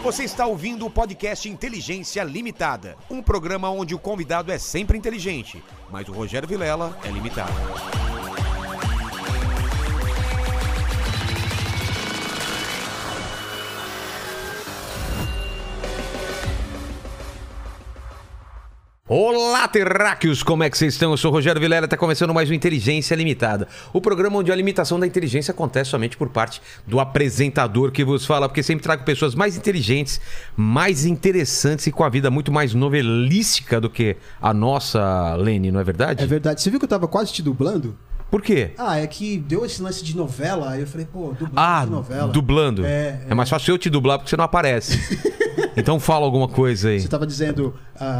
Você está ouvindo o podcast Inteligência Limitada, um programa onde o convidado é sempre inteligente, mas o Rogério Vilela é limitado. Olá, terráqueos! Como é que vocês estão? Eu sou o Rogério Vilela, está começando mais um Inteligência Limitada. O programa onde a limitação da inteligência acontece somente por parte do apresentador que vos fala, porque sempre trago pessoas mais inteligentes, mais interessantes e com a vida muito mais novelística do que a nossa, Lene, não é verdade? É verdade. Você viu que eu tava quase te dublando? Por quê? É que deu esse lance de novela, aí eu falei, dublando de novela. Dublando. É mais fácil eu te dublar porque você não aparece. Então fala alguma coisa aí. Você tava dizendo...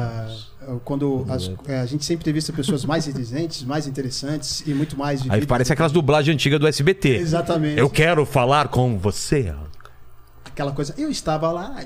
quando a gente sempre entrevista pessoas mais inteligentes, mais interessantes e muito mais... Aí parece aquelas dublagens antigas do SBT. Exatamente. Eu quero falar com você. Aquela coisa, eu estava lá...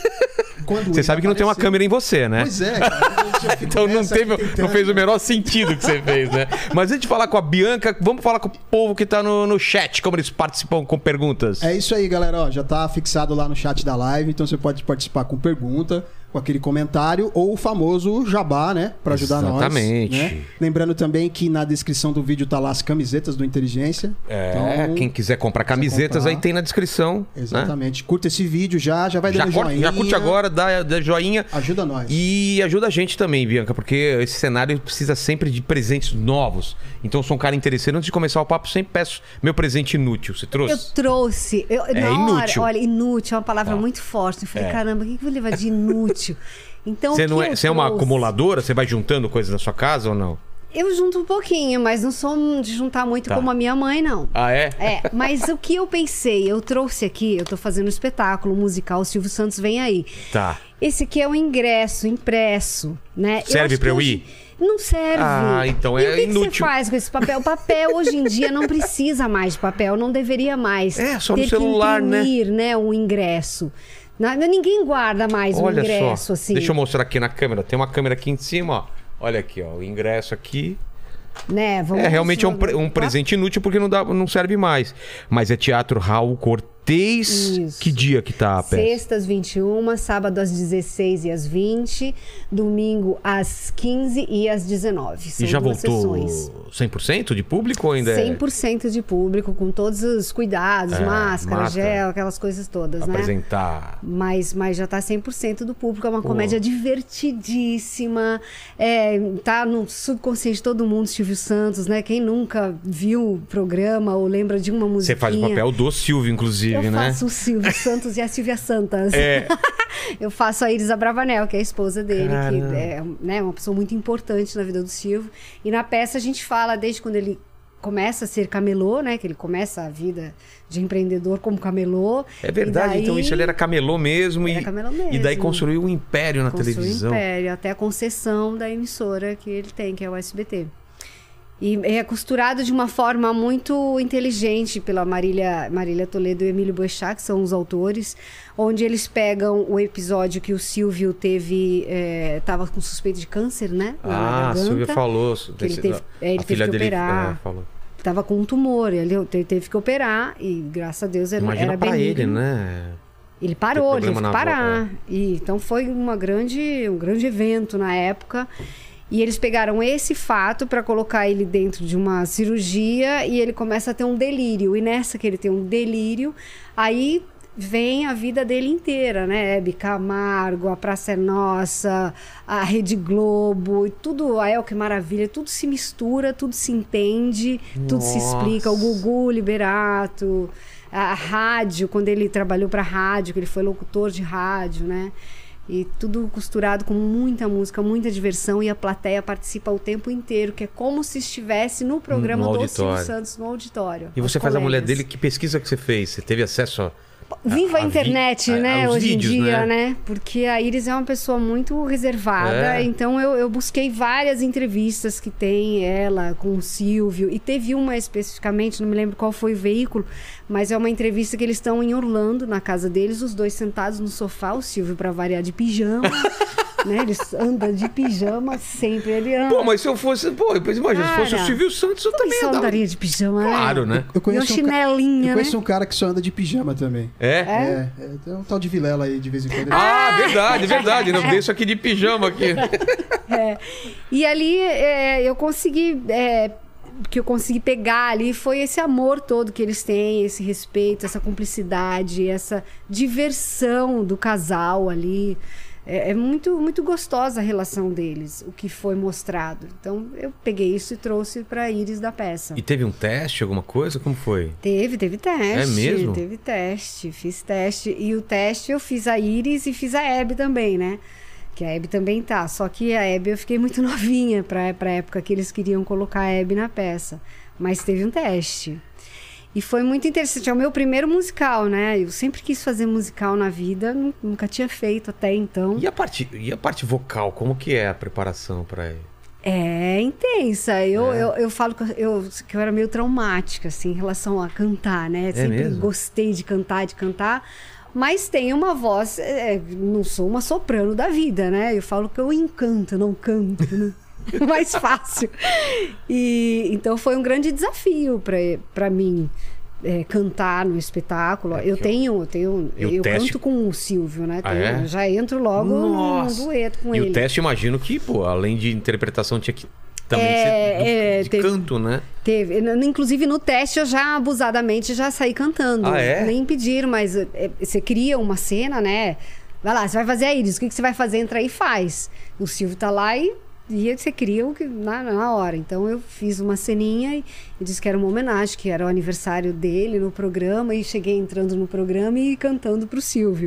Você sabe que não tem uma câmera em você, né? Pois é, cara. Então não fez o menor sentido que você fez, né? Mas antes de falar com a Bianca, vamos falar com o povo que tá no chat, como eles participam com perguntas. É isso aí, galera. Já tá fixado lá no chat da live, então você pode participar com pergunta, com aquele comentário ou o famoso jabá, né? Pra ajudar nós. Exatamente. Né? Lembrando também que na descrição do vídeo tá lá as camisetas do Inteligência. Então, quem quiser comprar camisetas, aí tem na descrição. Exatamente. Né? Curta esse vídeo já vai dando joinha. Já curte agora, dá joinha. Ajuda nós. E ajuda a gente também, Bianca, porque esse cenário precisa sempre de presentes novos. Então eu sou um cara interesseiro. Antes de começar o papo, sempre peço meu presente inútil. Você trouxe? Eu trouxe. Inútil. Olha, inútil é uma palavra muito forte. Eu falei, caramba, o que eu vou levar de inútil? Então, você é uma acumuladora? Você vai juntando coisas na sua casa ou não? Eu junto um pouquinho, mas não sou de juntar muito como a minha mãe, não. Ah, é? Mas o que eu pensei, eu trouxe aqui, eu tô fazendo um espetáculo musical, o Silvio Santos vem aí. Tá. Esse aqui é o ingresso impresso, né? Serve pra eu ir? Não serve. Então e é o que inútil. Que você faz com esse papel? O papel hoje em dia não precisa mais de papel, não deveria mais. Só no celular, que imprimir, né? O ingresso. Ninguém guarda mais o ingresso só. assim. Deixa eu mostrar aqui na câmera. Tem uma câmera aqui em cima, ó. Olha aqui, ó. O ingresso aqui. Né? Realmente é um presente inútil porque não serve mais. Mas é Teatro Raul Cortez. Isso. Que dia que tá a peça? Sextas 21, sábado às 16 e às 20, domingo às 15 e às 19. São e já voltou sessões. 100% de público ou ainda 100% de público, com todos os cuidados, máscara, gel, aquelas coisas todas, apresentar. Né? Mas já tá 100% do público. É uma comédia divertidíssima. Tá no subconsciente de todo mundo, Silvio Santos, né? Quem nunca viu o programa ou lembra de uma musiquinha... Você faz o papel do Silvio, inclusive. Eu faço o Silvio Santos e a Silvia Santas. Eu faço a Iris Abravanel, que é a esposa dele, que é, né, uma pessoa muito importante na vida do Silvio. E na peça a gente fala desde quando ele começa a ser camelô, né? Que ele começa a vida de empreendedor como camelô. É verdade, então isso, ele era camelô mesmo. Camelô mesmo. E daí construiu um império na televisão. Um império, até a concessão da emissora que ele tem, que é o SBT. E é costurado de uma forma muito inteligente pela Marília Toledo e Emílio Boechat, que são os autores, onde eles pegam o episódio que o Silvio tava com suspeita de câncer, né? A Silvia falou. Que ele teve que operar. Tava com um tumor, ele teve que operar e, graças a Deus, era Imagina pra benigno. ele, né? Ele parou, ele teve que parar. E, então foi um grande evento na época. E eles pegaram esse fato para colocar ele dentro de uma cirurgia e ele começa a ter um delírio. E nessa que ele tem um delírio, aí vem a vida dele inteira, né? Hebe Camargo, a Praça é Nossa, a Rede Globo, tudo, a El Que Maravilha, tudo se mistura, tudo se entende, tudo se explica. O Gugu Liberato, a rádio, quando ele trabalhou para rádio, que ele foi locutor de rádio, né? E tudo costurado com muita música, muita diversão, e a plateia participa o tempo inteiro, que é como se estivesse no programa do Silvio Santos, no auditório. E você faz a mulher dele, que pesquisa que você fez? Você teve acesso a... Viva a internet, né, hoje vídeos, em dia, né? Porque a Iris é uma pessoa muito reservada, então eu busquei várias entrevistas que tem ela com o Silvio, e teve uma especificamente, não me lembro qual foi o veículo, mas é uma entrevista que eles estão em Orlando, na casa deles, os dois sentados no sofá, o Silvio, para variar, de pijama, né? Ele anda de pijama sempre, ele anda. Pô, mas se eu fosse... Pô, imagina, se fosse o Silvio Santos, eu também andava. Andaria de pijama, claro, né? Eu conheço chinelinha, eu conheço um cara que só anda de pijama também. Tem um tal de Vilela aí, de vez em quando. Verdade. Não deixo aqui de pijama aqui. E ali eu consegui... que eu consegui pegar ali foi esse amor todo que eles têm, esse respeito, essa cumplicidade, essa diversão do casal ali. É muito, muito gostosa a relação deles, o que foi mostrado. Então, eu peguei isso e trouxe para Íris da peça. E teve um teste, alguma coisa? Como foi? Teve teste. É mesmo? Teve teste, fiz teste. E o teste eu fiz a Íris e fiz a Hebe também, né? Que a Hebe também tá. Só que a Hebe eu fiquei muito novinha pra época que eles queriam colocar a Hebe na peça. Mas teve um teste. E foi muito interessante. É o meu primeiro musical, né? Eu sempre quis fazer musical na vida. Nunca tinha feito até então. E a parte vocal? Como que é a preparação pra ele? É intensa. Eu falo que eu era meio traumática, assim, em relação a cantar, né? Sempre gostei de cantar. Mas tem uma voz, não sou uma soprano da vida, né? Eu falo que eu encanto, não canto, né? Mais fácil. E então foi um grande desafio para mim cantar no espetáculo. Eu canto com o Silvio, né? Já entro logo num dueto com ele. E o teste, imagino que, pô, além de interpretação, tinha que também ser canto, né? Teve. Inclusive, no teste, eu já abusadamente já saí cantando. Nem pediram, mas você cria uma cena, né? Vai lá, você vai fazer a Íris. O que você vai fazer? Entra aí e faz. O Silvio tá lá e você cria na hora. Então, eu fiz uma ceninha e disse que era uma homenagem, que era o aniversário dele no programa. E cheguei entrando no programa e cantando pro Silvio.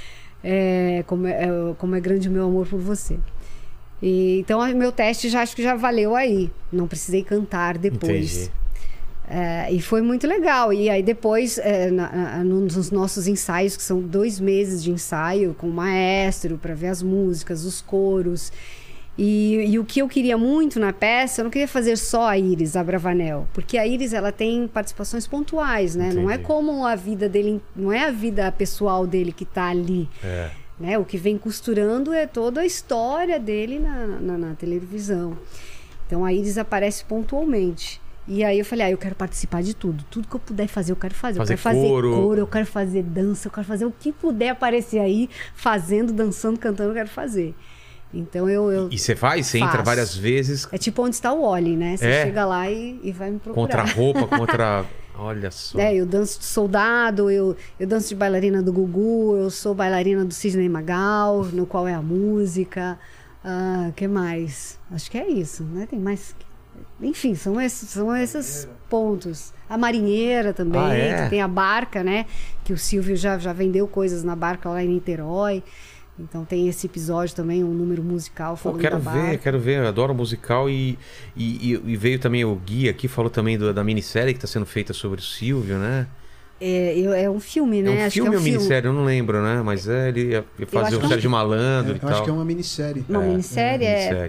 Como é grande o meu amor por você. Então, meu teste acho que já valeu aí. Não precisei cantar depois. E foi muito legal. E aí depois, nos nossos ensaios, que são 2 meses de ensaio com o maestro, para ver as músicas, os coros. E o que eu queria muito na peça, eu não queria fazer só a Íris Abravanel. Porque a Íris, ela tem participações pontuais, né? Não é como a vida dele, não é a vida pessoal dele que tá ali. Né? O que vem costurando é toda a história dele na televisão. Então a Íris aparece pontualmente. E aí eu falei, eu quero participar de tudo. Tudo que eu puder fazer, eu quero fazer. Eu quero fazer coro, eu quero fazer dança, eu quero fazer o que puder aparecer aí, fazendo, dançando, cantando, eu quero fazer. Então E você faz? Você entra várias vezes? É tipo Onde Está o Wally, né? Você chega lá e vai me procurar. Contra a roupa, contra... Olha só. Eu danço de soldado, eu danço de bailarina do Gugu, eu sou bailarina do Sidney Magal, no qual é a música. Que mais? Acho que é isso, né? Tem mais... Enfim, são esses pontos. A marinheira também, que tem a barca, né? Que o Silvio já vendeu coisas na barca lá em Niterói. Então tem esse episódio também, um número musical falando da barca. Quero ver, eu adoro musical e veio também o Gui aqui, falou também da minissérie que está sendo feita sobre o Silvio, né? É um filme, né? É um filme ou minissérie? Eu não lembro, né? Mas ele ia fazer o Sérgio Malandro e tal. Eu acho que é uma minissérie. Uma minissérie?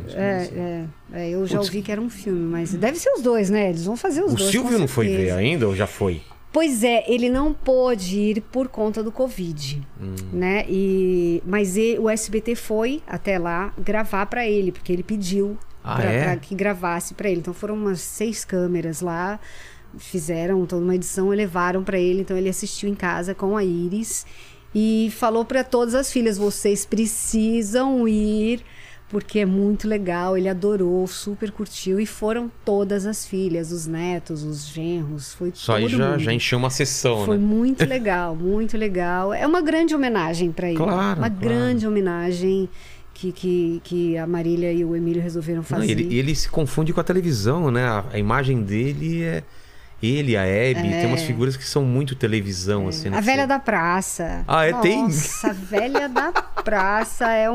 Eu já ouvi que era um filme, mas deve ser os dois, né? Eles vão fazer os dois. O Silvio não foi ver ainda ou já foi? Pois ele não pôde ir por conta do Covid, né? Mas o SBT foi até lá gravar para ele, porque ele pediu para que gravasse para ele. Então foram umas 6 câmeras lá, fizeram toda uma edição e levaram para ele. Então ele assistiu em casa com a Íris e falou para todas as filhas: vocês precisam ir, porque é muito legal. Ele adorou, super curtiu, e foram todas as filhas, os netos, os genros, foi só todo mundo. Já encheu uma sessão, foi muito legal, muito legal. É uma grande homenagem para ele, grande homenagem que a Marília e o Emílio resolveram fazer. Ele se confunde com a televisão, né? A imagem dele é ele, a Hebe, tem umas figuras que são muito televisão, assim. A Velha da Praça. Tem? Nossa, a Velha da Praça é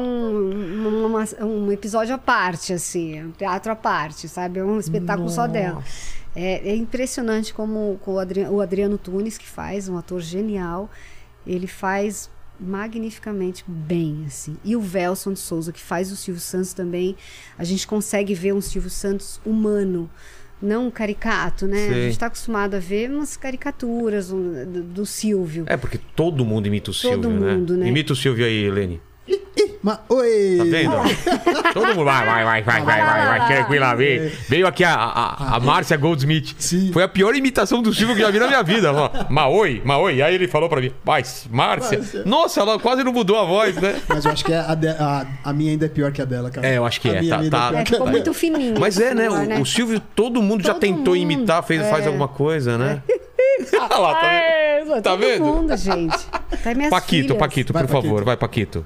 um episódio à parte, assim, um teatro à parte, sabe? É um espetáculo só dela. É impressionante como o Adriano Tunes, que faz, um ator genial, ele faz magnificamente bem, assim. E o Velson de Souza, que faz o Silvio Santos também, a gente consegue ver um Silvio Santos humano, não caricato, né? Sim. A gente está acostumado a ver umas caricaturas do Silvio. Porque todo mundo imita o Silvio, todo mundo, né? Imita o Silvio aí, Helene. Oi! Tá vendo? Todo mundo vai, tranquilamente. Veio aqui a Márcia Goldsmith. Sim. Foi a pior imitação do Silvio que já vi na minha vida. Oi. E aí ele falou pra mim, Márcia. Nossa, ela quase não mudou a voz, né? Mas eu acho que a minha ainda é pior que a dela, cara. Eu acho que ficou muito fininho. Mas né? O Silvio, todo mundo já tentou imitar, faz alguma coisa, né? Olha lá, tá vendo? Todo mundo, gente. Tá minhas Paquito, por favor. Vai, Paquito.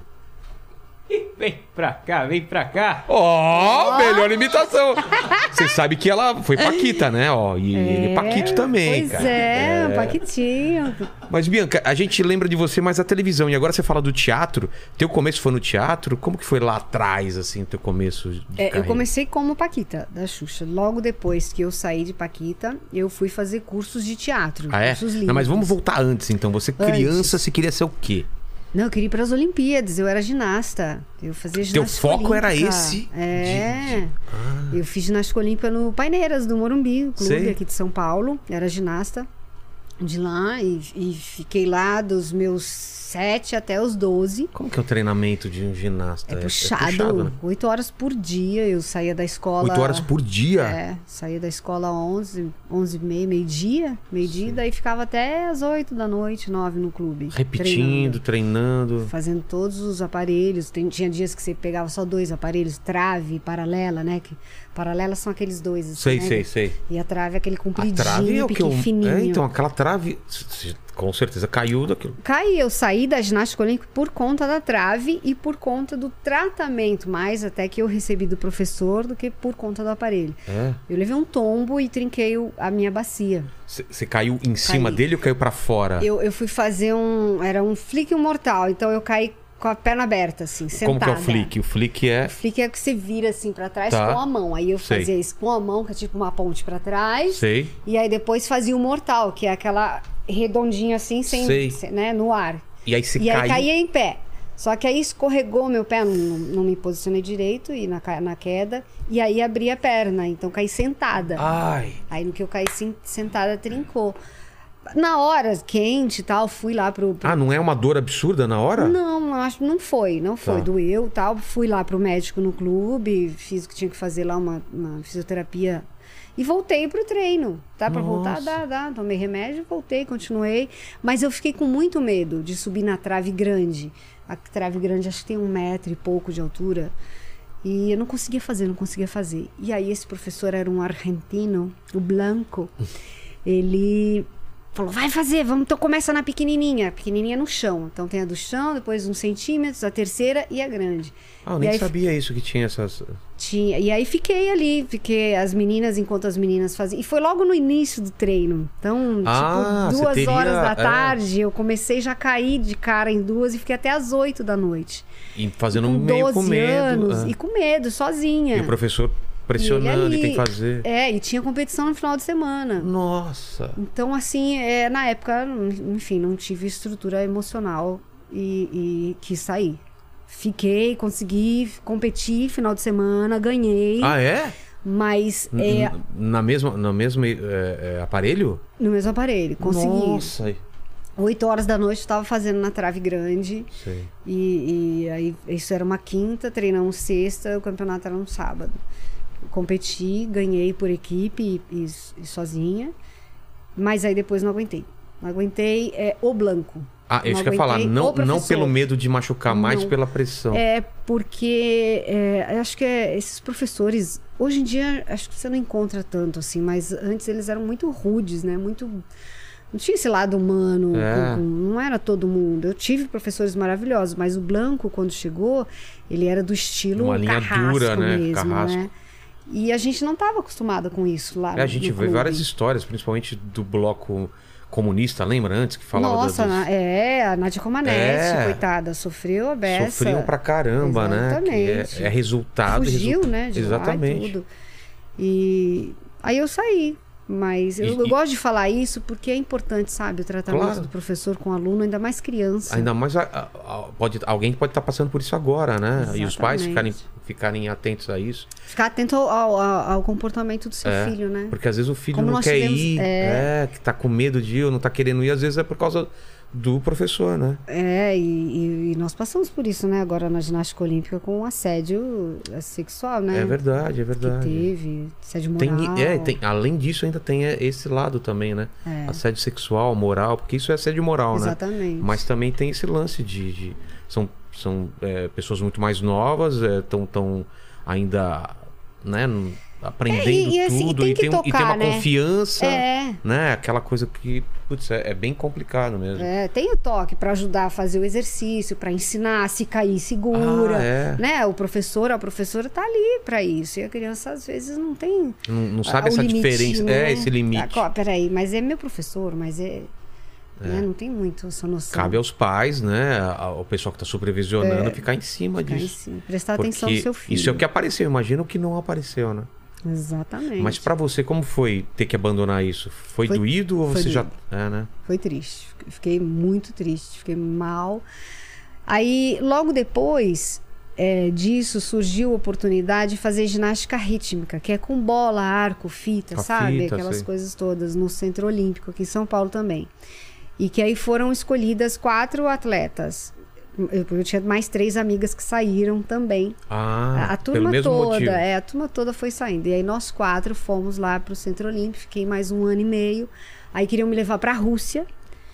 Vem pra cá. Melhor imitação. Você sabe que ela foi Paquita, né? E ele é Paquito também, pois cara. Paquitinho. Mas, Bianca, a gente lembra de você mais a televisão. E agora você fala do teatro. Teu começo foi no teatro? Como que foi lá atrás, assim, teu começo de carreira? Eu comecei como Paquita, da Xuxa. Logo depois que eu saí de Paquita, eu fui fazer cursos de teatro. Ah, é? Cursos livres. Não, mas vamos voltar antes, então. Você criança, você queria ser o quê? Não, eu queria ir para as Olimpíadas, eu era ginasta. Eu fazia ginástica Teu foco olímpica. era esse? Eu fiz ginástica olímpica no Paineiras do Morumbi, clube aqui de São Paulo. Era ginasta de lá e fiquei lá dos meus 7 até os 12. Como que é o treinamento de um ginasta? É puxado, né? 8 horas por dia. Eu saía da escola... 8 horas por dia? Saía da escola 11h30, meio-dia, daí ficava até as 8 da noite, 9 no clube. Repetindo, treinando. Fazendo todos os aparelhos. Tinha dias que você pegava só 2 aparelhos, trave, paralela, né? Paralelas são aqueles 2. Assim, sei. E a trave é aquele compridinho, a trave é o que fininho. Então, aquela trave... Com certeza caiu daquilo. Eu saí da ginástica olímpica por conta da trave e por conta do tratamento, mais até que eu recebi do professor do que por conta do aparelho. Eu levei um tombo e trinquei a minha bacia. Você caiu em cima dele ou caiu pra fora? Eu fui fazer era um flick mortal, então eu caí com a perna aberta, assim, sentada. Como que é o flick? O flick é... O flick é que você vira, assim, pra trás com a mão. Aí eu fazia isso com a mão, que é tipo uma ponte pra trás. E aí depois fazia o mortal, que é aquela redondinha assim, né, no ar. E aí aí caía em pé. Só que aí escorregou meu pé, não me posicionei direito e na queda. E aí abri a perna, então caí sentada. Aí no que eu caí sentada, trincou. Na hora, quente e tal, fui lá pro... não é uma dor absurda na hora? Não, acho que não foi. Doeu e tal. Fui lá pro médico no clube, fiz o que tinha que fazer lá, uma fisioterapia. E voltei pro treino. Pra voltar, dá. Tomei remédio, voltei, continuei. Mas eu fiquei com muito medo de subir na trave grande. A trave grande acho que tem 1 metro e pouco de altura. E eu não conseguia fazer. E aí esse professor era um argentino, o Blanco. Ele... falou, vai fazer, então começa na pequenininha. A pequenininha no chão. Então tem a do chão, depois uns centímetros, a terceira e a grande. Eu nem sabia isso, que tinha essas... Tinha. E aí fiquei ali, enquanto as meninas faziam. E foi logo no início do treino. Então, 2 horas da tarde, eu comecei já a cair de cara em 2 e fiquei até as 8 da noite. E fazendo meio com medo. Anos, e com medo, sozinha. E o professor... pressionando, e tem que fazer. E tinha competição no final de semana. Nossa! Então, assim, na época, enfim, não tive estrutura emocional e quis sair. Consegui competir final de semana, ganhei. Mas... No mesmo aparelho? No mesmo aparelho, consegui. Nossa! 8 horas da noite eu estava fazendo na trave grande. E aí, isso era uma quinta, treinamos sexta, o campeonato era no sábado. Competi, ganhei por equipe e sozinha, mas aí depois não aguentei o Blanco. Isso que eu ia falar, não pelo medo de machucar, mais pela pressão. Porque acho que esses professores hoje em dia acho que você não encontra tanto assim, mas antes eles eram muito rudes, né? Não tinha esse lado humano, não era todo mundo. Eu tive professores maravilhosos, mas o Blanco, quando chegou, ele era do estilo uma linha dura, né? Mesmo, né? E a gente não estava acostumada com isso lá. A gente vê várias histórias, principalmente do bloco comunista, lembra antes que falava a Nádia Comaneci, coitada, sofreu a beça. Sofriam pra caramba, exatamente. né? É resultado. Fugiu, né? De exatamente. Lá e tudo. E aí eu saí. Mas eu gosto de falar isso porque é importante, sabe? O tratamento do professor com o aluno, ainda mais criança. Ainda mais alguém pode estar passando por isso agora, né? Exatamente. E os pais ficarem atentos a isso. Ficar atento ao comportamento do seu filho, né? Porque às vezes o filho não quer ir, que tá com medo de ir ou não tá querendo ir, às vezes é por causa do professor, né? E nós passamos por isso, né? Agora na ginástica olímpica com assédio sexual, né? É verdade. Que teve, assédio moral. Além disso, ainda tem esse lado também, né? Assédio sexual, moral, porque isso é assédio moral, né? Exatamente. Mas também tem esse lance são pessoas muito mais novas, estão ainda, né? Aprendendo assim, tudo e tem uma né? confiança, né? Aquela coisa que, putz, é bem complicado mesmo. Tem o toque para ajudar a fazer o exercício, para ensinar, se cair segura, né? O professor, a professora tá ali para isso. E a criança às vezes não tem não sabe essa diferença, né? Esse limite. Peraí, mas é meu professor, mas né? Não tem muito essa noção. Cabe aos pais, né? Ao pessoal que está supervisionando ficar em cima disso. Prestar atenção no seu filho. Isso é o que apareceu. Imagina o que não apareceu, né? Exatamente. Mas pra você, como foi ter que abandonar isso? Foi doído ou você doído. já... né? Foi triste. Fiquei muito triste. Fiquei mal. Aí, logo depois disso, surgiu a oportunidade de fazer ginástica rítmica, que é com bola, arco, fita, sabe? Aquelas coisas todas no Centro Olímpico, aqui em São Paulo também. E que aí foram escolhidas 4 atletas. Eu tinha mais 3 amigas que saíram também. A turma toda, a turma toda foi saindo. E aí nós 4 fomos lá para o Centro Olímpico, fiquei mais 1 ano e meio. Aí queriam me levar para a Rússia.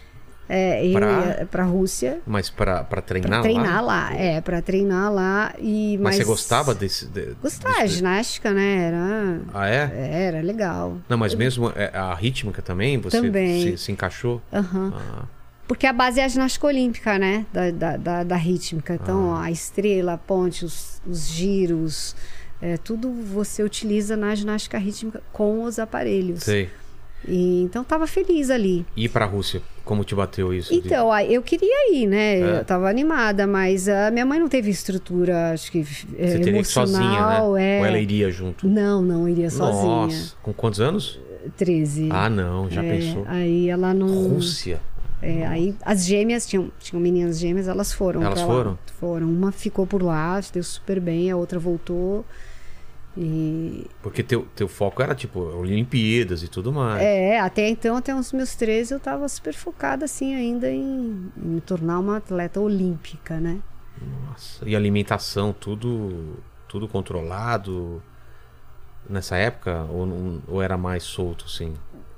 Para a Rússia. Mas para treinar lá? Para treinar lá, para treinar lá. Mas você gostava Gostava, ginástica, né? Era legal. Não, mas mesmo a rítmica também? Você também. Se encaixou? Porque a base é a ginástica olímpica, né? Da rítmica. Então, a estrela, a ponte, os giros, tudo você utiliza na ginástica rítmica com os aparelhos. Sei. E, então, tava feliz ali. E para a Rússia, como te bateu isso? Então, eu queria ir, né? Eu tava animada, mas a minha mãe não teve estrutura, acho que você teria que ir sozinha, né? Ou ela iria junto? Não iria sozinha. Nossa, com quantos anos? 13. Não, já pensou? Aí ela não... Rússia? Aí as gêmeas, tinham meninas gêmeas, elas foram. Elas foram? Foram. Uma ficou por lá, deu super bem, a outra voltou. Porque teu foco era tipo Olimpíadas e tudo mais. Até então, até os meus 13, eu tava super focada assim ainda em me tornar uma atleta olímpica, né? Nossa, e alimentação, tudo controlado nessa época? Ou era mais solto, assim?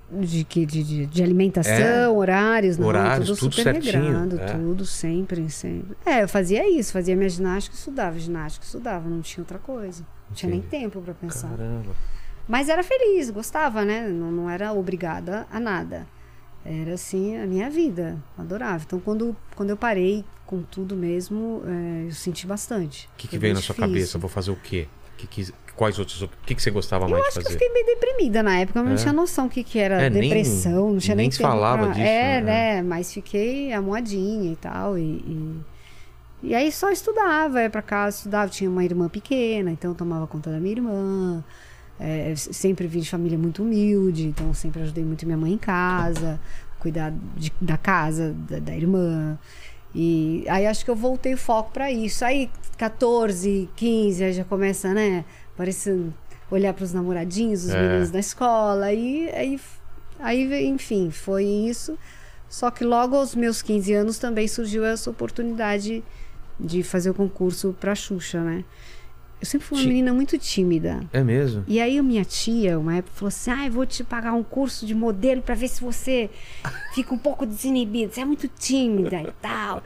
De alimentação, horários, tudo super certinho, regrado, tudo sempre. Eu fazia isso, fazia minha ginástica e estudava, não tinha outra coisa. Não tinha nem tempo para pensar. Caramba. Mas era feliz, gostava, né? Não era obrigada a nada. Era assim a minha vida, adorava. Então quando eu parei com tudo mesmo, eu senti bastante. O que veio na sua cabeça? Vou fazer o quê? Quais outros? O que você gostava mais de fazer? Eu acho que eu fiquei bem deprimida na época. Eu não tinha noção o que era depressão. Não tinha nem se falava disso. Né? Mas fiquei amuadinha e tal. E aí só estudava. Ia pra casa, estudava. Tinha uma irmã pequena, então eu tomava conta da minha irmã. Sempre vim de família muito humilde. Então sempre ajudei muito minha mãe em casa. Cuidar da casa, da irmã. E aí acho que eu voltei o foco pra isso. Aí 14, 15, aí já começa, né? Parecendo olhar pros namoradinhos, os meninos da escola. Aí, enfim, foi isso. Só que logo aos meus 15 anos também surgiu essa oportunidade de fazer o concurso pra Xuxa, né? Eu sempre fui uma menina muito tímida. É mesmo? E aí a minha tia, uma época, falou assim: eu vou te pagar um curso de modelo pra ver se você fica um pouco desinibida. Você é muito tímida e tal.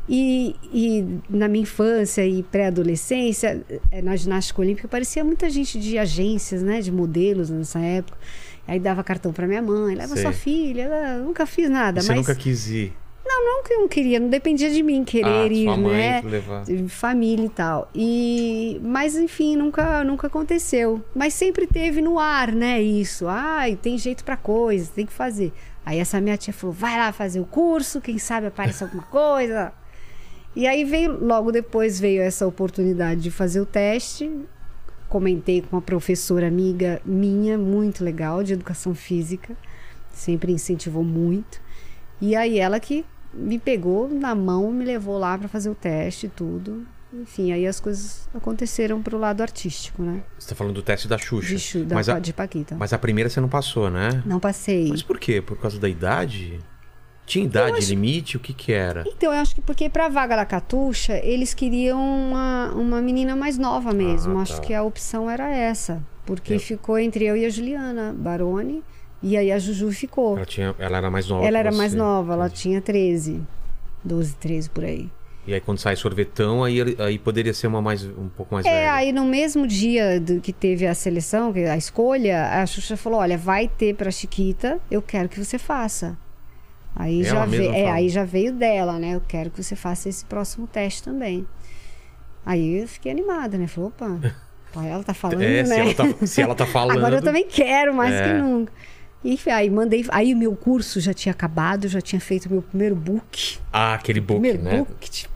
E na minha infância e pré-adolescência, na ginástica olímpica, aparecia muita gente de agências, né? De modelos nessa época. Aí dava cartão pra minha mãe, leva sua filha. Eu nunca fiz nada. Você nunca quis ir? Não que eu não queria, não dependia de mim querer ir, sua mãe né? Levar. Família e tal. Mas enfim, nunca aconteceu. Mas sempre teve no ar, né? Isso. Tem jeito pra coisa, tem que fazer. Aí essa minha tia falou: vai lá fazer o curso, quem sabe aparece alguma coisa. E aí logo depois veio essa oportunidade de fazer o teste. Comentei com uma professora amiga minha, muito legal, de educação física. Sempre incentivou muito. E aí ela que me pegou na mão, me levou lá para fazer o teste e tudo. Enfim, aí as coisas aconteceram pro lado artístico, né? Você tá falando do teste da Xuxa. De Paquita. Mas a primeira você não passou, né? Não passei. Mas por quê? Por causa da idade? Tinha idade limite? O que era? Então, eu acho que porque pra vaga da Catuxa, eles queriam uma menina mais nova mesmo. Acho que a opção era essa. Porque ficou entre eu e a Juliana Baroni. E aí a Juju ficou. Ela era mais nova. Ela era mais nova, ela tinha 13. 12, 13 por aí. E aí quando sai sorvetão, aí poderia ser um pouco mais velha. Aí no mesmo dia que teve a seleção, a escolha, a Xuxa falou, olha, vai ter pra Chiquita, eu quero que você faça. Aí aí já veio dela, né? Eu quero que você faça esse próximo teste também. Aí eu fiquei animada, né? Falei, opa, ela tá falando, né? Se ela tá falando... Agora eu também quero, mais que nunca. Enfim, aí mandei... Aí o meu curso já tinha acabado, já tinha feito o meu primeiro book. Aquele book, né? Book, tipo.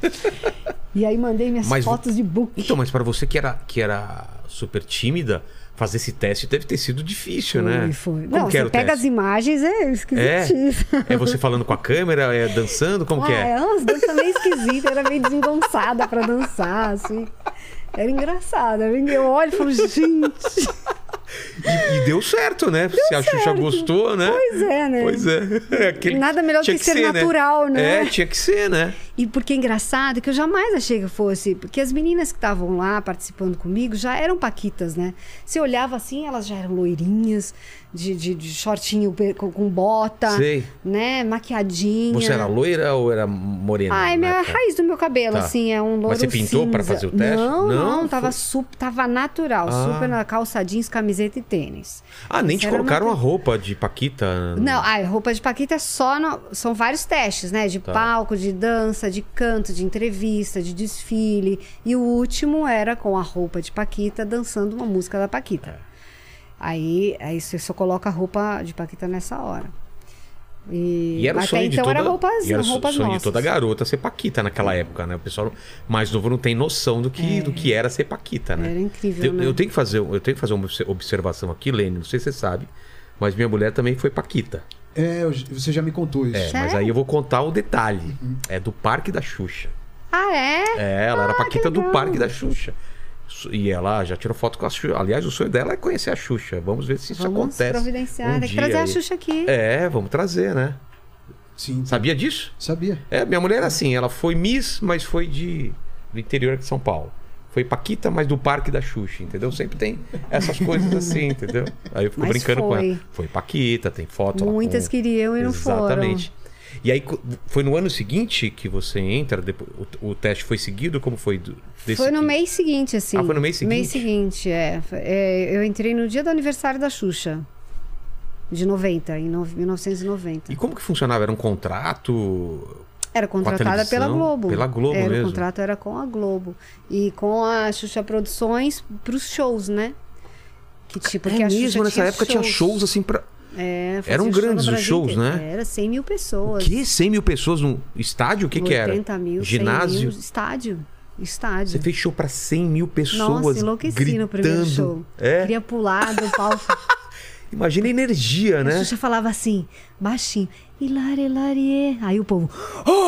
E aí mandei minhas fotos de book. Então, mas pra você que era super tímida... Fazer esse teste deve ter sido difícil, né? Foi. Não, você pega as imagens, é esquisitíssimo. É você falando com a câmera, dançando, como que é? É umas danças meio esquisitas, era meio desengonçada pra dançar, assim. Era engraçado. Eu olho e falo, gente... E deu certo, né? Se a Xuxa gostou, né? Pois é, né? Pois é. Nada melhor que ser natural, né? Tinha que ser, né? E porque é engraçado que eu jamais achei que fosse... Porque as meninas que estavam lá participando comigo já eram paquitas, né? Você olhava assim, elas já eram loirinhas, de shortinho com bota, né? Maquiadinha. Você era loira ou era morena? É a raiz do meu cabelo, assim, é um loiro. Mas você pintou cinza. Pra fazer o teste? Não, tava natural, super na calça jeans, camiseta e tênis. Nem te colocaram a roupa de paquita? Não, a roupa de paquita é são vários testes, né? De palco, de dança, de canto, de entrevista, de desfile. E o último era com a roupa de paquita, dançando uma música da Paquita. Aí você só coloca a roupa de paquita nessa hora. E era o sonho de toda, sonho de toda garota ser paquita naquela época, né? O pessoal mais novo não tem noção do que era ser paquita, né? Era incrível, né? Eu tenho que fazer uma observação aqui, Lene, não sei se você sabe, mas minha mulher também foi paquita. Você já me contou isso. Mas aí eu vou contar o detalhe. É do Parque da Xuxa. Ela era paquita do Parque da Xuxa. E ela já tirou foto com a Xuxa. Aliás, o sonho dela é conhecer a Xuxa. Vamos ver se isso acontece. Vamos providenciar. Tem que trazer a Xuxa aqui. Vamos trazer, né? Sim. Sabia disso? Sabia. Minha mulher era assim. Ela foi Miss, mas foi do interior de São Paulo. Foi paquita, mas do Parque da Xuxa, entendeu? Sempre tem essas coisas assim, entendeu? Aí eu fico brincando com ela. Foi paquita, tem foto. Muitas queriam e não foram. Exatamente. E aí, foi no ano seguinte que você entra? O teste foi seguido? Como foi? Foi no mês seguinte, assim. Foi no mês seguinte? Mês seguinte, eu entrei no dia do aniversário da Xuxa. De 1990. E como que funcionava? Era um contrato? Era contratada pela Globo. Pela Globo mesmo? O contrato era com a Globo. E com a Xuxa Produções pros shows, né? Que tipo, que a Xuxa mesmo, nessa época tinha shows assim pra... Eram grandes os shows, inteiro. né? Era 100 mil pessoas. O quê? 100 mil pessoas no estádio? O que era? 80 mil, ginásio? 100 mil, estádio. Você fez show pra 100 mil pessoas. Nossa, enlouqueci gritando. No primeiro show. Queria pular do palco. Imagina a energia, né? A Xuxa falava assim, baixinho. Hilari, hilarie. Aí o povo...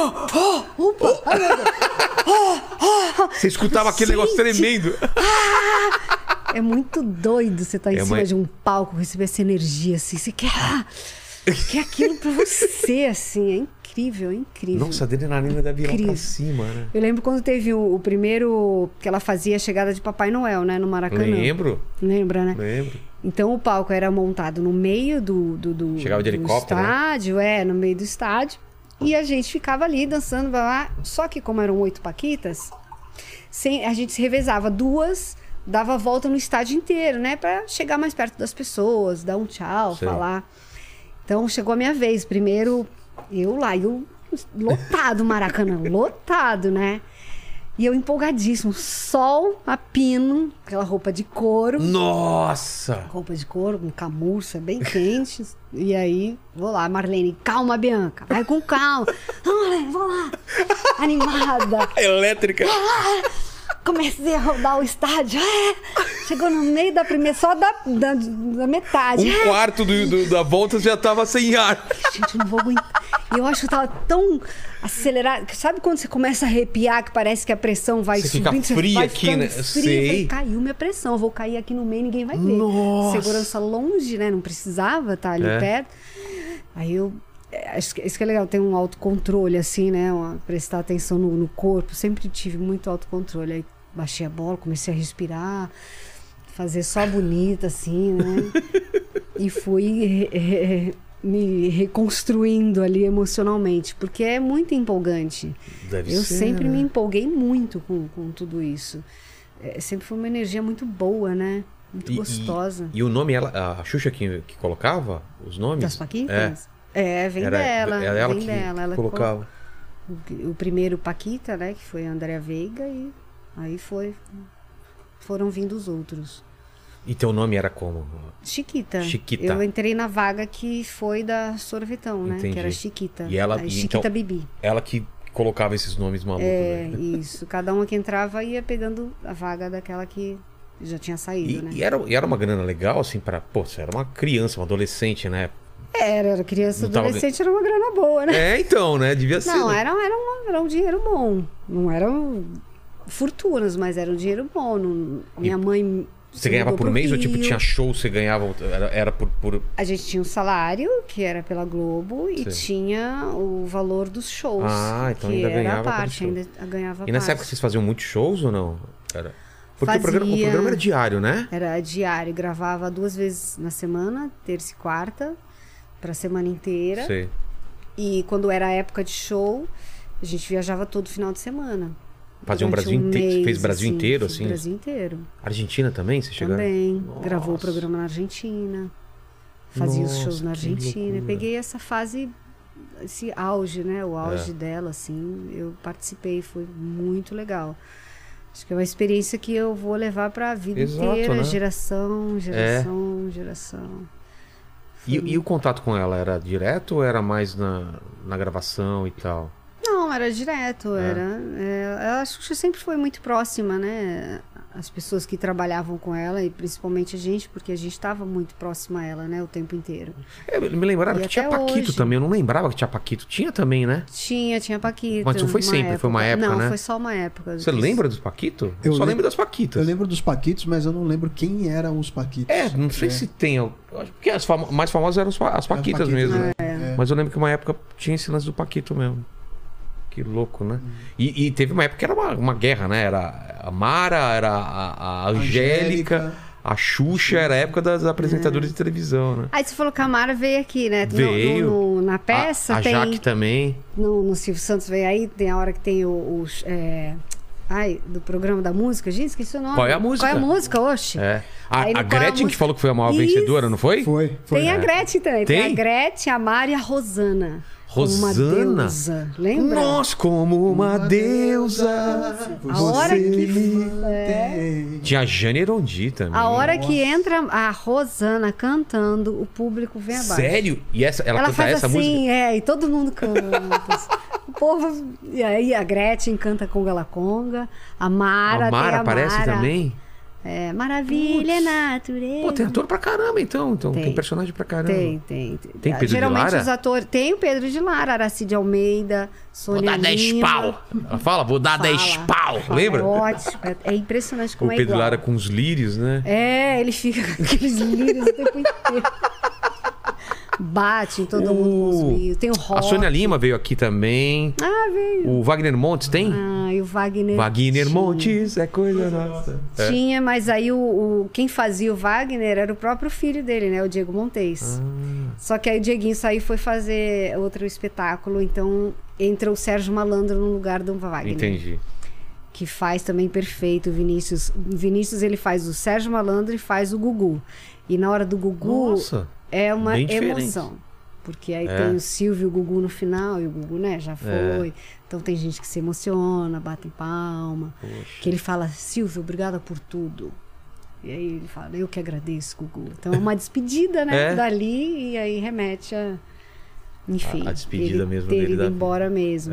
Você escutava aquele negócio tremendo. É muito doido você estar em cima de um palco, receber essa energia, assim. Você quer aquilo pra você, assim. É incrível, é incrível. Nossa, a adrenalina deve ir lá pra cima, né? Eu lembro quando teve o primeiro... Que ela fazia a chegada de Papai Noel, né? No Maracanã. Lembro. Lembra, né? Lembro. Então o palco era montado no meio do Chegava de helicóptero, estádio, no meio do estádio. E a gente ficava ali dançando, lá. Só que como eram 8 paquitas, a gente se revezava 2, dava a volta no estádio inteiro, né? Pra chegar mais perto das pessoas, dar um tchau, falar. Então chegou a minha vez. Primeiro eu lá, lotado o Maracanã, lotado, né? E eu empolgadíssimo, sol a pino, aquela roupa de couro. Nossa! Roupa de couro, com camurça, bem quente. E aí, vou lá, Marlene, calma, Bianca, vai com calma. Não, Marlene, vou lá. Animada. Elétrica. Comecei a rodar o estádio. Chegou no meio da primeira, só da metade. Um quarto da volta já tava sem ar. Gente, eu não vou aguentar. E eu acho que eu tava tão acelerado. Sabe quando você começa a arrepiar, que parece que a pressão vai subindo? Fica fria aqui, né? Sei. Caiu minha pressão, eu vou cair aqui no meio, ninguém vai ver. Nossa. Segurança longe, né? Não precisava estar ali perto. Aí Isso que é legal, tem um autocontrole, assim, né? Prestar atenção no corpo. Sempre tive muito autocontrole. Aí baixei a bola, comecei a respirar, fazer só bonita, assim, né? E fui me reconstruindo ali emocionalmente, porque é muito empolgante. Eu sempre me empolguei muito com tudo isso. Sempre foi uma energia muito boa, né? Muito gostosa. E o nome, a Xuxa que colocava os nomes? Das Paquitas? Vem dela. Era ela que colocava. O primeiro Paquita, né? Que foi a Andréa Veiga, e aí foram vindo os outros. E teu nome era como? Chiquita. Eu entrei na vaga que foi da Sorvetão, né? Entendi. Que era Chiquita. E ela, Chiquita então, Bibi. Ela que colocava esses nomes malucos. Né? Isso. Cada uma que entrava ia pegando a vaga daquela que já tinha saído, né? E era uma grana legal, assim, você era uma criança, uma adolescente, né? Era criança, adolescente, era uma grana boa, né? Então, né? Devia ser. Não, era um dinheiro bom. Não eram fortunas, mas era um dinheiro bom. Minha mãe... Você ganhava por mês ou tipo tinha show, você ganhava... Era por... A gente tinha um salário, que era pela Globo, e tinha o valor dos shows. Então ainda ganhava ainda ganhava E nessa época vocês faziam muitos shows ou não? Porque o programa era diário, né? Era diário, gravava 2 vezes na semana, terça e quarta, pra semana inteira. Sei. E quando era a época de show, a gente viajava todo final de semana. Fazia um Brasil inteiro? Fez Brasil inteiro, assim? Brasil inteiro. Argentina também? Você chegou? Também. Nossa. Gravou o programa na Argentina. Fazia os shows na Argentina. Peguei essa fase, esse auge, né? O auge dela, assim. Eu participei, foi muito legal. Acho que é uma experiência que eu vou levar pra vida inteira. Né? Geração. E o contato com ela era direto ou era mais na gravação e tal? Não, era direto. A Xuxa sempre foi muito próxima, né? As pessoas que trabalhavam com ela, e principalmente a gente, porque a gente estava muito próxima a ela, né? O tempo inteiro. Me lembraram que tinha Paquito também. Eu não lembrava que tinha Paquito. Tinha também, né? Tinha Paquito. Mas não foi sempre, época. foi uma época, não, né? Não, foi só uma época. Você lembra dos Paquitos? Eu só lembro das Paquitas. Eu lembro dos Paquitos, mas eu não lembro quem eram os Paquitos. Não sei se tem. Acho que as mais famosas eram as Paquitas mesmo. Mas eu lembro que uma época tinha esse lance do Paquito mesmo. Que louco, né? E teve uma época que era uma guerra, né? Era a Mara, era a Angélica, a Xuxa, era a época das apresentadoras de televisão, né? Aí você falou que a Mara veio aqui, né? Veio. Na peça a tem... Jaque também. No Silvio Santos veio aí, tem a hora que tem do programa da música, gente, esqueci o nome. Qual é a música? Qual é a música, oxe? A Gretchen que falou que foi a maior vencedora, não foi? Foi. Tem a Gretchen também. Tem a Gretchen, a Mara e a Rosana. Uma deusa, lembra? Nós como uma deusa. A hora que tinha a Jane Erondi também. A hora que entra a Rosana cantando, o público vem abaixo. Sério? E ela canta faz essa assim, música? E todo mundo canta. O povo. E aí a Gretchen canta Conga La Conga. A Mara aparece também? Maravilha, é natureza. Pô, tem ator pra caramba, então. Tem personagem pra caramba. Tem. Tem Pedro Geralmente de Lara? os atores... Tem o Pedro de Lara, Aracide Almeida, Sônia Vou dar 10 pau. Ela fala, vou dar 10 pau. Lembra? É ótimo. É impressionante como o Pedro de Lara com os lírios, né? Ele fica com aqueles lírios o tempo inteiro. Bate em todo mundo com os lírios. Tem o Rock. A Sônia Lima veio aqui também. Veio. O Wagner Montes tem? E o Wagner... Wagner Montes é coisa nossa. Tinha, mas aí quem fazia o Wagner era o próprio filho dele, né? O Diego Montes. Só que aí o Dieguinho saiu e foi fazer outro espetáculo. Então entra o Sérgio Malandro no lugar do Wagner. Entendi. Que faz também perfeito o Vinícius. O Vinícius, ele faz o Sérgio Malandro e faz o Gugu. E na hora do Gugu... Nossa. É uma emoção. Porque aí tem o Silvio e o Gugu no final, e o Gugu, né, já foi. Então tem gente que se emociona, bate palma. Poxa. Que ele fala, Silvio, obrigada por tudo. E aí ele fala, eu que agradeço, Gugu. Então é uma despedida, né, dali, e aí remete a... Enfim. A despedida mesmo dele. Ter ido embora mesmo.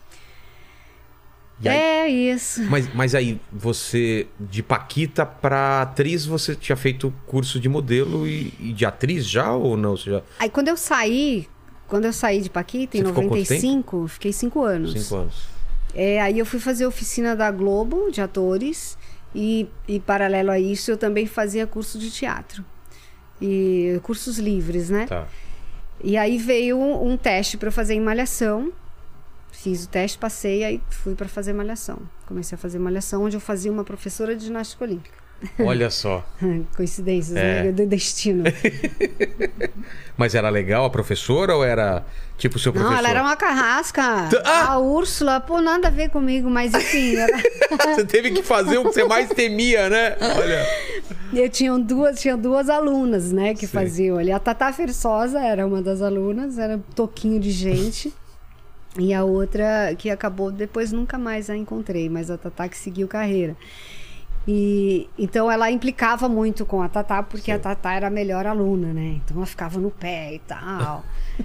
Aí, isso. Mas aí, você, de Paquita pra atriz, você tinha feito curso de modelo e de atriz já ou não? Você já... Aí quando eu saí de Paquita, em 95, fiquei 5 anos. 5 anos. Aí eu fui fazer oficina da Globo, de atores, e paralelo a isso, eu também fazia curso de teatro. E cursos livres, né? Tá. E aí veio um teste para eu fazer em Malhação. Fiz o teste, passei, aí fui para fazer Malhação. Comecei a fazer Malhação, onde eu fazia uma professora de ginástica olímpica. Olha só. Coincidências, né? Do destino. Mas era legal a professora ou era tipo o seu professor? Não, ela era uma carrasca. A Úrsula, pô, nada a ver comigo, mas enfim. Você teve que fazer o que você mais temia, né? Olha. Eu tinha duas alunas, né, que faziam ali. A Tatá Fersosa era uma das alunas, era um toquinho de gente. E a outra que acabou, depois nunca mais a encontrei, mas a Tatá que seguiu carreira. E então ela implicava muito com a Tatá, porque a Tatá era a melhor aluna, né? Então ela ficava no pé e tal.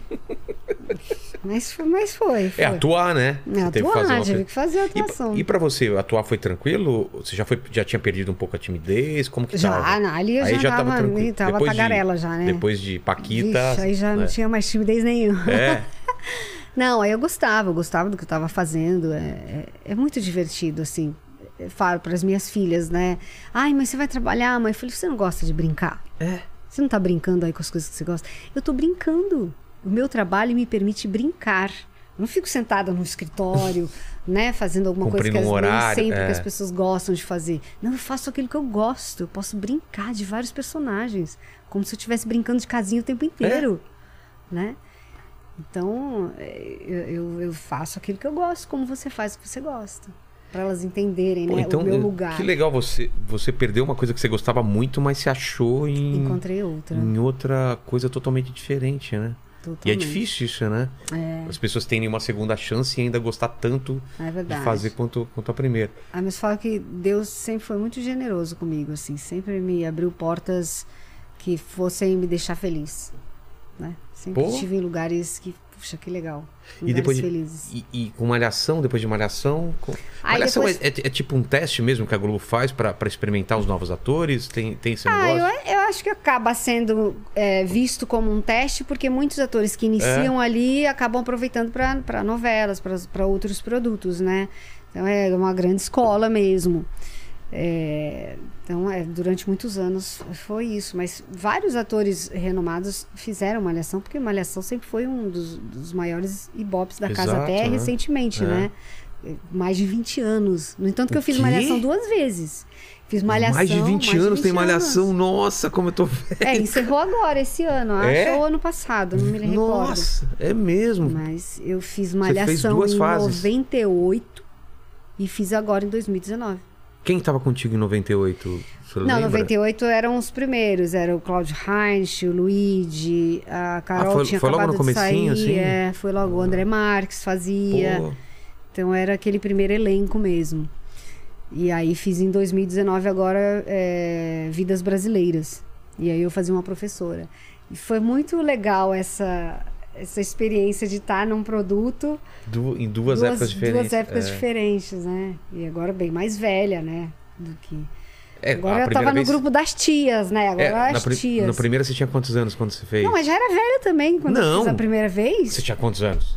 mas foi. Atuar, né? Tive que fazer a atuação. E pra você, atuar foi tranquilo? Você já tinha perdido um pouco a timidez? Como que tava? Ali eu já tava tranquilo. Tava tagarela já, né? Depois de Paquita... Vixe, aí já não tinha mais timidez nenhuma. Não, aí eu gostava do que eu tava fazendo. É muito divertido, assim. Eu falo para as minhas filhas, né? Ai, mas você vai trabalhar, mãe? Eu falei, você não gosta de brincar? Você não tá brincando aí com as coisas que você gosta? Eu tô brincando. O meu trabalho me permite brincar. Eu não fico sentada no escritório, né? Fazendo alguma coisa que que as pessoas gostam de fazer. Não, eu faço aquilo que eu gosto. Eu posso brincar de vários personagens. Como se eu estivesse brincando de casinha o tempo inteiro, né? Então, eu faço aquilo que eu gosto, como você faz o que você gosta. Para elas entenderem, né? Então, o meu lugar. Que legal, você perdeu uma coisa que você gostava muito, mas se achou Encontrei outra. Em outra coisa totalmente diferente, né? Totalmente. E é difícil isso, né? As pessoas têm uma segunda chance e ainda gostar tanto de fazer quanto a primeira. Mas falo que Deus sempre foi muito generoso comigo, assim. Sempre me abriu portas que fossem me deixar feliz, né? Sempre estive em lugares que... Puxa, que legal. E depois felizes. E com Malhação, depois de Malhação... Malhação depois... é tipo um teste mesmo que a Globo faz para experimentar os novos atores? Tem esse negócio? Eu acho que acaba sendo visto como um teste, porque muitos atores que iniciam ali acabam aproveitando para novelas, para outros produtos, né? Então é uma grande escola mesmo. Então, durante muitos anos foi isso, mas vários atores renomados fizeram Malhação, porque Malhação sempre foi um dos maiores ibopes da Casa até recentemente, né? Mais de 20 anos. No entanto que eu fiz Malhação 2 vezes. Fiz Malhação... Mais de 20 anos tem Malhação, nossa, como eu tô velho. Encerrou agora, esse ano, acho, ou ano passado, não me recordo. Nossa, é mesmo. Mas eu fiz Malhação em 98 e fiz agora em 2019. Quem estava contigo em 98? Você lembra? 98 eram os primeiros. Era o Cláudio Heinz, o Luigi, a Carol tinha acabado de sair. Assim? Foi logo. O André Marques fazia. Pô. Então era aquele primeiro elenco mesmo. E aí fiz em 2019 agora Vidas Brasileiras. E aí eu fazia uma professora. E foi muito legal essa experiência de estar num produto em duas épocas diferentes. Duas épocas diferentes, né? E agora bem mais velha, né? Do que... Agora eu tava no grupo das tias, né? Agora as tias. Na primeira você tinha quantos anos quando você fez? Não, mas já era velha também quando eu fiz a primeira vez. Você tinha quantos anos?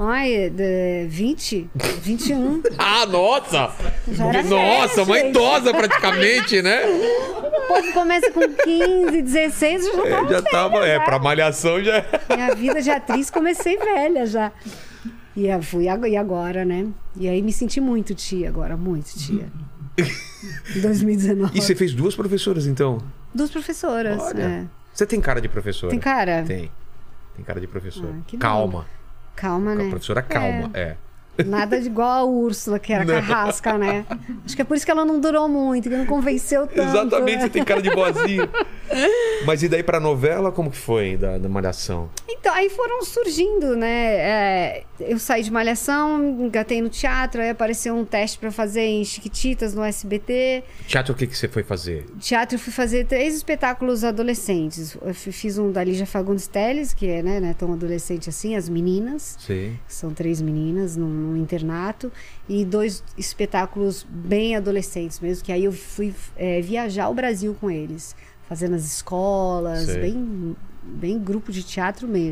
20, 21. Nossa! Já era nossa, velha, uma idosa praticamente, né? O povo começa com 15, 16, eu já tava velha, pra Malhação já... Minha vida de atriz comecei velha já. E agora, né? E aí me senti muito tia agora, muito tia. Em 2019. E você fez 2 professoras, então? 2 professoras, Você tem cara de professora? Tem cara? Tem cara de professora. Calma. Calma, né? Professora calma, Nada de igual a Úrsula, que era carrasca, né? Acho que é por isso que ela não durou muito, que não convenceu tanto. Exatamente, né? Você tem cara de boazinha. Mas e daí pra novela, como que foi da Malhação? Então, aí foram surgindo, né? Eu saí de Malhação, engatei no teatro, aí apareceu um teste pra fazer em Chiquititas, no SBT. Teatro, o que você foi fazer? Teatro, eu fui fazer 3 espetáculos adolescentes. Eu fiz um da Lígia Fagundes Telles, que é, né, tão adolescente assim, As Meninas. Sim. São 3 meninas num internato. E 2 espetáculos bem adolescentes mesmo, que aí eu fui viajar o Brasil com eles. Fazendo as escolas, bem grupo de teatro mesmo.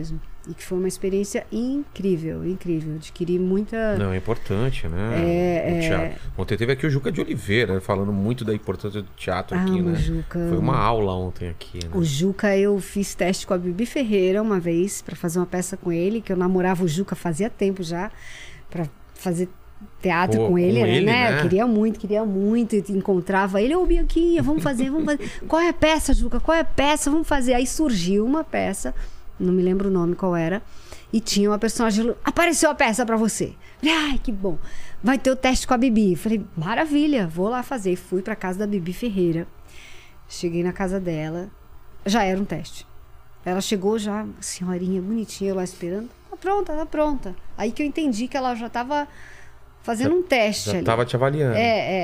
E que foi uma experiência incrível. Adquiri muita... Não, é importante, né? O teatro. Ontem teve aqui o Juca de Oliveira, falando muito da importância do teatro aqui, né? Juca. Foi uma aula ontem aqui, né? O Juca, eu fiz teste com a Bibi Ferreira uma vez, para fazer uma peça com ele, que eu namorava o Juca fazia tempo já, para fazer teatro com ele, né? Queria muito, e encontrava ele, Bianquinha, vamos fazer. Qual é a peça, Juca? Qual é a peça? Vamos fazer. Aí surgiu uma peça, não me lembro o nome qual era, e tinha uma personagem, apareceu a peça pra você. Ai, que bom. Vai ter o teste com a Bibi. Falei, maravilha, vou lá fazer. Fui pra casa da Bibi Ferreira. Cheguei na casa dela, já era um teste. Ela chegou já, senhorinha bonitinha, eu lá esperando. Tá pronta. Aí que eu entendi que ela já tava fazendo um teste ali. Tava te avaliando.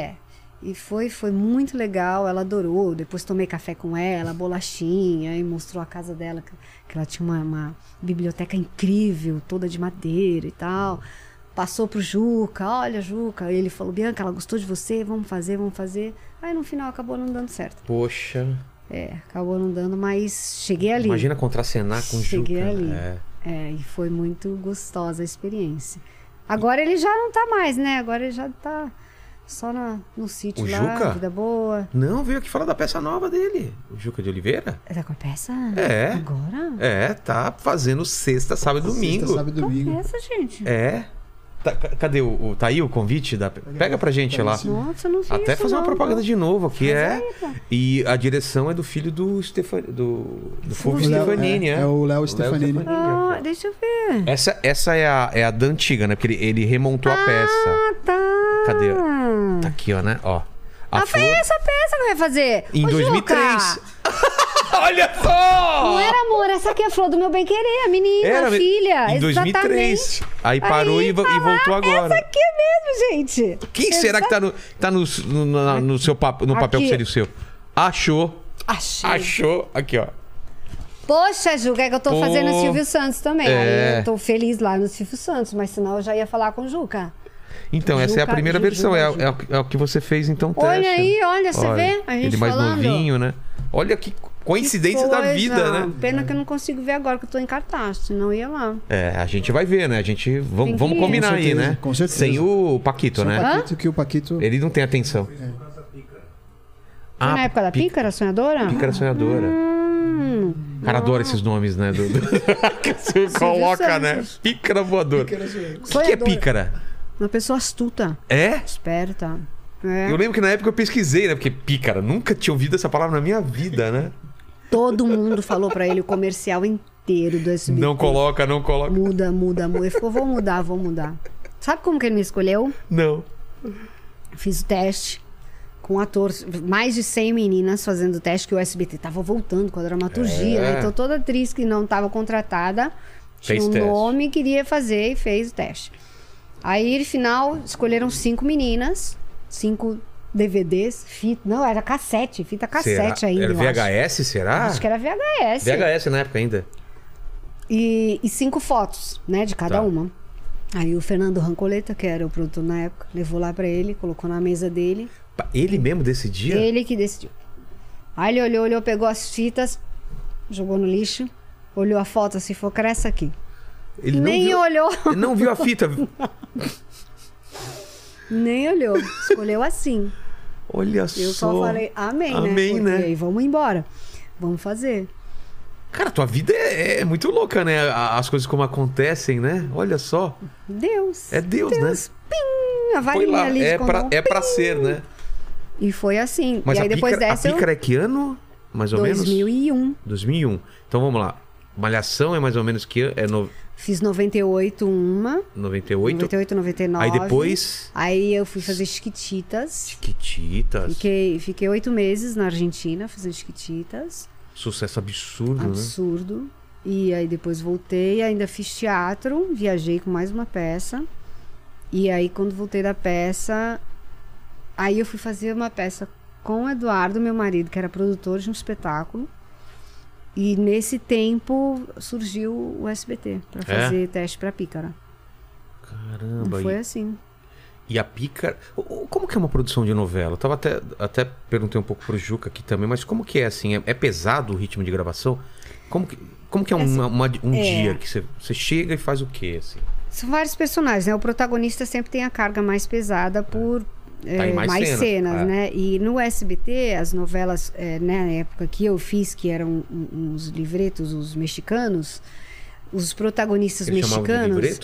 E foi muito legal, ela adorou. Depois tomei café com ela, bolachinha, e mostrou a casa dela, que ela tinha uma biblioteca incrível, toda de madeira e tal. Passou pro Juca, olha, Juca. Ele falou, Bianca, ela gostou de você, vamos fazer. Aí no final acabou não dando certo. Poxa. Acabou não dando, mas cheguei ali. Imagina contracenar com o Juca. Cheguei ali. E foi muito gostosa a experiência. Agora ele já não tá mais, né? Agora ele já tá só no sítio lá, Juca? vida boa. Não, veio aqui falar da peça nova dele. O Juca de Oliveira. Tá com a peça? Agora? Tá fazendo sexta, sábado e domingo. Sexta, sábado e domingo. Qual peça, gente? Cadê tá aí o convite? Pega pra gente lá. Nossa, não sei. Até fazer uma propaganda de novo aqui. Aí, e a direção é do filho do Fulvio Stefanini, É o Léo Stefanini. Deixa eu ver. Essa é a da antiga, né? Porque ele remontou a peça. Tá. Cadê? Tá aqui, ó, né? Ó. Foi essa peça que eu ia fazer. Em 2003. Olha só! Não era, amor, essa aqui é a Flor do Meu Bem Querer, a menina, a filha. Em 2003. Exatamente. Aí parou e voltou agora. Essa aqui é mesmo, gente. Quem será que tá no seu no papel que seria o seu? Achou. Aqui, ó. Poxa, Juca, é que eu tô fazendo o Silvio Santos também. Aí eu tô feliz lá no Silvio Santos, mas senão eu já ia falar com o Juca. Então, essa é a primeira versão. É o que você fez, então, teste. Olha aí, você vê? A gente ele mais falando. Novinho, né? Olha que coincidência da vida, né? Pena que eu não consigo ver agora que eu tô em cartaz, senão ia lá. A gente vai ver, né? Vamos combinar aí, né? Com certeza. Sem o Paquito, né? O Paquito... Ele não tem atenção. Foi na época da Pícara Sonhadora? Pícara Sonhadora. O cara adora esses nomes, né? Que você coloca, né? Pícara voadora. O que é pícara? Uma pessoa astuta. Esperta. Eu lembro que na época eu pesquisei, né? Porque pícara, nunca tinha ouvido essa palavra na minha vida, né? Todo mundo falou pra ele o comercial inteiro do SBT. Não coloca. Muda. Ele falou, vou mudar. Sabe como que ele me escolheu? Não. Fiz o teste com atores, mais de 100 meninas fazendo o teste, que o SBT tava voltando com a dramaturgia, né? Então toda atriz que não tava contratada tinha um nome, queria fazer e fez o teste. Aí, no final, escolheram 5 meninas, 5 DVDs, não, era cassete, fita cassete ainda. Era VHS, será? Acho que era VHS. VHS na época ainda. E 5 fotos, né, de cada uma. Aí o Fernando Rancoleta, que era o produtor na época, levou lá pra ele, colocou na mesa dele. Ele mesmo decidia? Ele que decidiu. Aí ele olhou, pegou as fitas, jogou no lixo, olhou a foto assim, falou, cara, essa aqui. Ele nem olhou. Ele não viu a fita. Nem olhou. Escolheu assim. Olha só. Eu só falei amém, né? Porque aí vamos embora. Vamos fazer. Cara, tua vida é muito louca, né? As coisas como acontecem, né? Olha só. Deus. É Deus, né? Pim, a varinha ali de condom, pra ser, né? E foi assim. Mas e aí depois dessa a pícara é que ano? Mais ou 2001. menos? 2001. Então vamos lá. Malhação é mais ou menos que ano? Fiz 98 uma. 98, 99. Aí depois? Aí eu fui fazer Chiquititas. Chiquititas. Fiquei 8 meses na Argentina fazendo Chiquititas. Sucesso absurdo, né? E aí depois voltei, ainda fiz teatro, viajei com mais uma peça. E aí quando voltei da peça, aí eu fui fazer uma peça com o Eduardo, meu marido, que era produtor de um espetáculo. E nesse tempo surgiu o SBT para fazer teste para Pícara. Caramba. Não foi assim. E a Pícara... Como que é uma produção de novela? Eu tava até perguntei um pouco pro Juca aqui também, mas como que é assim? É pesado o ritmo de gravação? Como que é um dia que você chega e faz o quê, assim? São vários personagens, né? O protagonista sempre tem a carga mais pesada por mais cenas, né? E no SBT, as novelas, na época que eu fiz, que eram uns livretos, os mexicanos, os protagonistas mexicanos...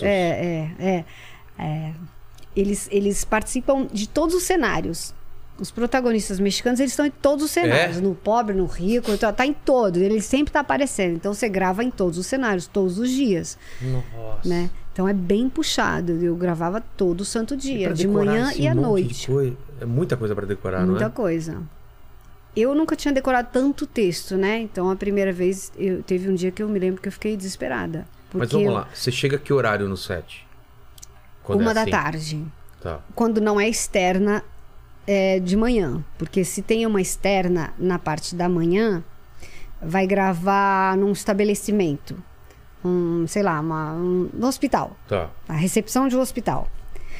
Eles participam de todos os cenários. Os protagonistas mexicanos, eles estão em todos os cenários. No pobre, no rico, tá em todos. Ele sempre tá aparecendo. Então, você grava em todos os cenários, todos os dias. Nossa. Né? Então, é bem puxado. Eu gravava todo santo dia, de manhã e à noite. É muita coisa para decorar, não é? Muita coisa. Eu nunca tinha decorado tanto texto, né? Então, a primeira vez, teve um dia que eu me lembro que eu fiquei desesperada. Mas vamos lá. Você chega a que horário no set? 1 da tarde. Tá. Quando não é externa... de manhã, porque se tem uma externa na parte da manhã, vai gravar num estabelecimento, sei lá, no hospital, tá. A recepção de um hospital.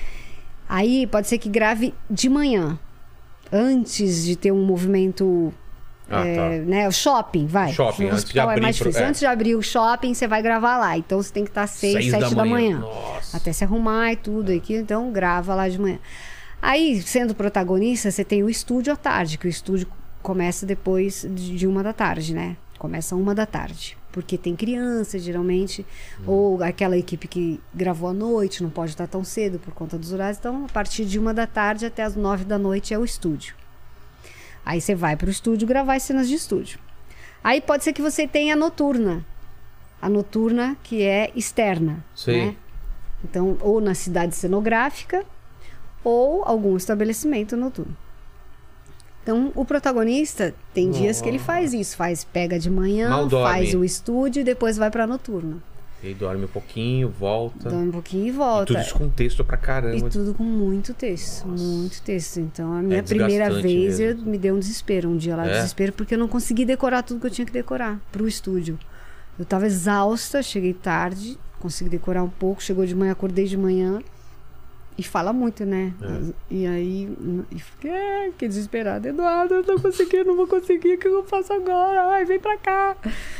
Aí pode ser que grave de manhã, antes de ter um movimento, né, o shopping, vai. Shopping, no hospital é mais difícil. Antes de abrir o shopping, você vai gravar lá. Então você tem que estar 6, 7 da manhã. Nossa. Até se arrumar e tudo aqui, então grava lá de manhã. Aí, sendo protagonista, você tem o estúdio à tarde, que o estúdio começa depois de 1 da tarde, né? Começa 1 da tarde. Porque tem criança, geralmente, ou aquela equipe que gravou à noite, não pode estar tão cedo por conta dos horários. Então, a partir de 1 da tarde até as 9 da noite é o estúdio. Aí você vai para o estúdio gravar as cenas de estúdio. Aí pode ser que você tenha a noturna. A noturna que é externa. Sim. Né? Então, ou na cidade cenográfica, ou algum estabelecimento noturno. Então, o protagonista tem dias que ele faz isso, pega de manhã, faz o estúdio e depois vai pra noturna. E dorme um pouquinho, volta. Dorme um pouquinho e volta. E tudo isso com texto pra caramba. E tudo com muito texto, muito texto. Então, a minha primeira vez me deu um desespero, um dia lá, desespero, porque eu não consegui decorar tudo que eu tinha que decorar pro estúdio. Eu tava exausta, cheguei tarde, consegui decorar um pouco, chegou de manhã, acordei de manhã. E fala muito, né? E aí, fiquei desesperada. Eduardo, eu não vou conseguir, o que eu faço agora? Ai, vem pra cá.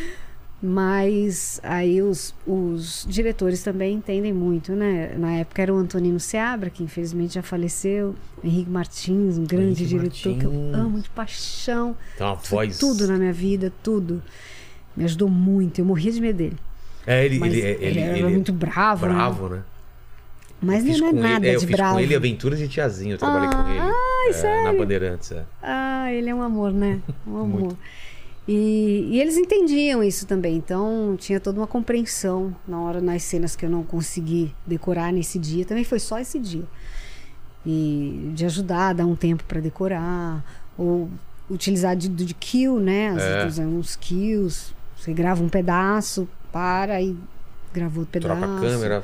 Mas aí os diretores também entendem muito, né? Na época era o Antonino Seabra, que infelizmente já faleceu. Henrique Martins, um grande diretor que eu amo de paixão. Tem uma voz... Tudo na minha vida, tudo. Me ajudou muito, eu morria de medo dele. Ele era muito bravo. Bravo, né? Mas não é nada de bravo. Com ele Aventuras de Tiazinho, eu trabalhei com ele. Ai, sério? Na Bandeirantes. Ele é um amor, né? Um amor. E eles entendiam isso também. Então, tinha toda uma compreensão nas cenas que eu não consegui decorar nesse dia. Também foi só esse dia. E de ajudar, dar um tempo para decorar. Ou utilizar de kill, né? Uns kills. Você grava um pedaço, para e grava outro pedaço. Troca a câmera.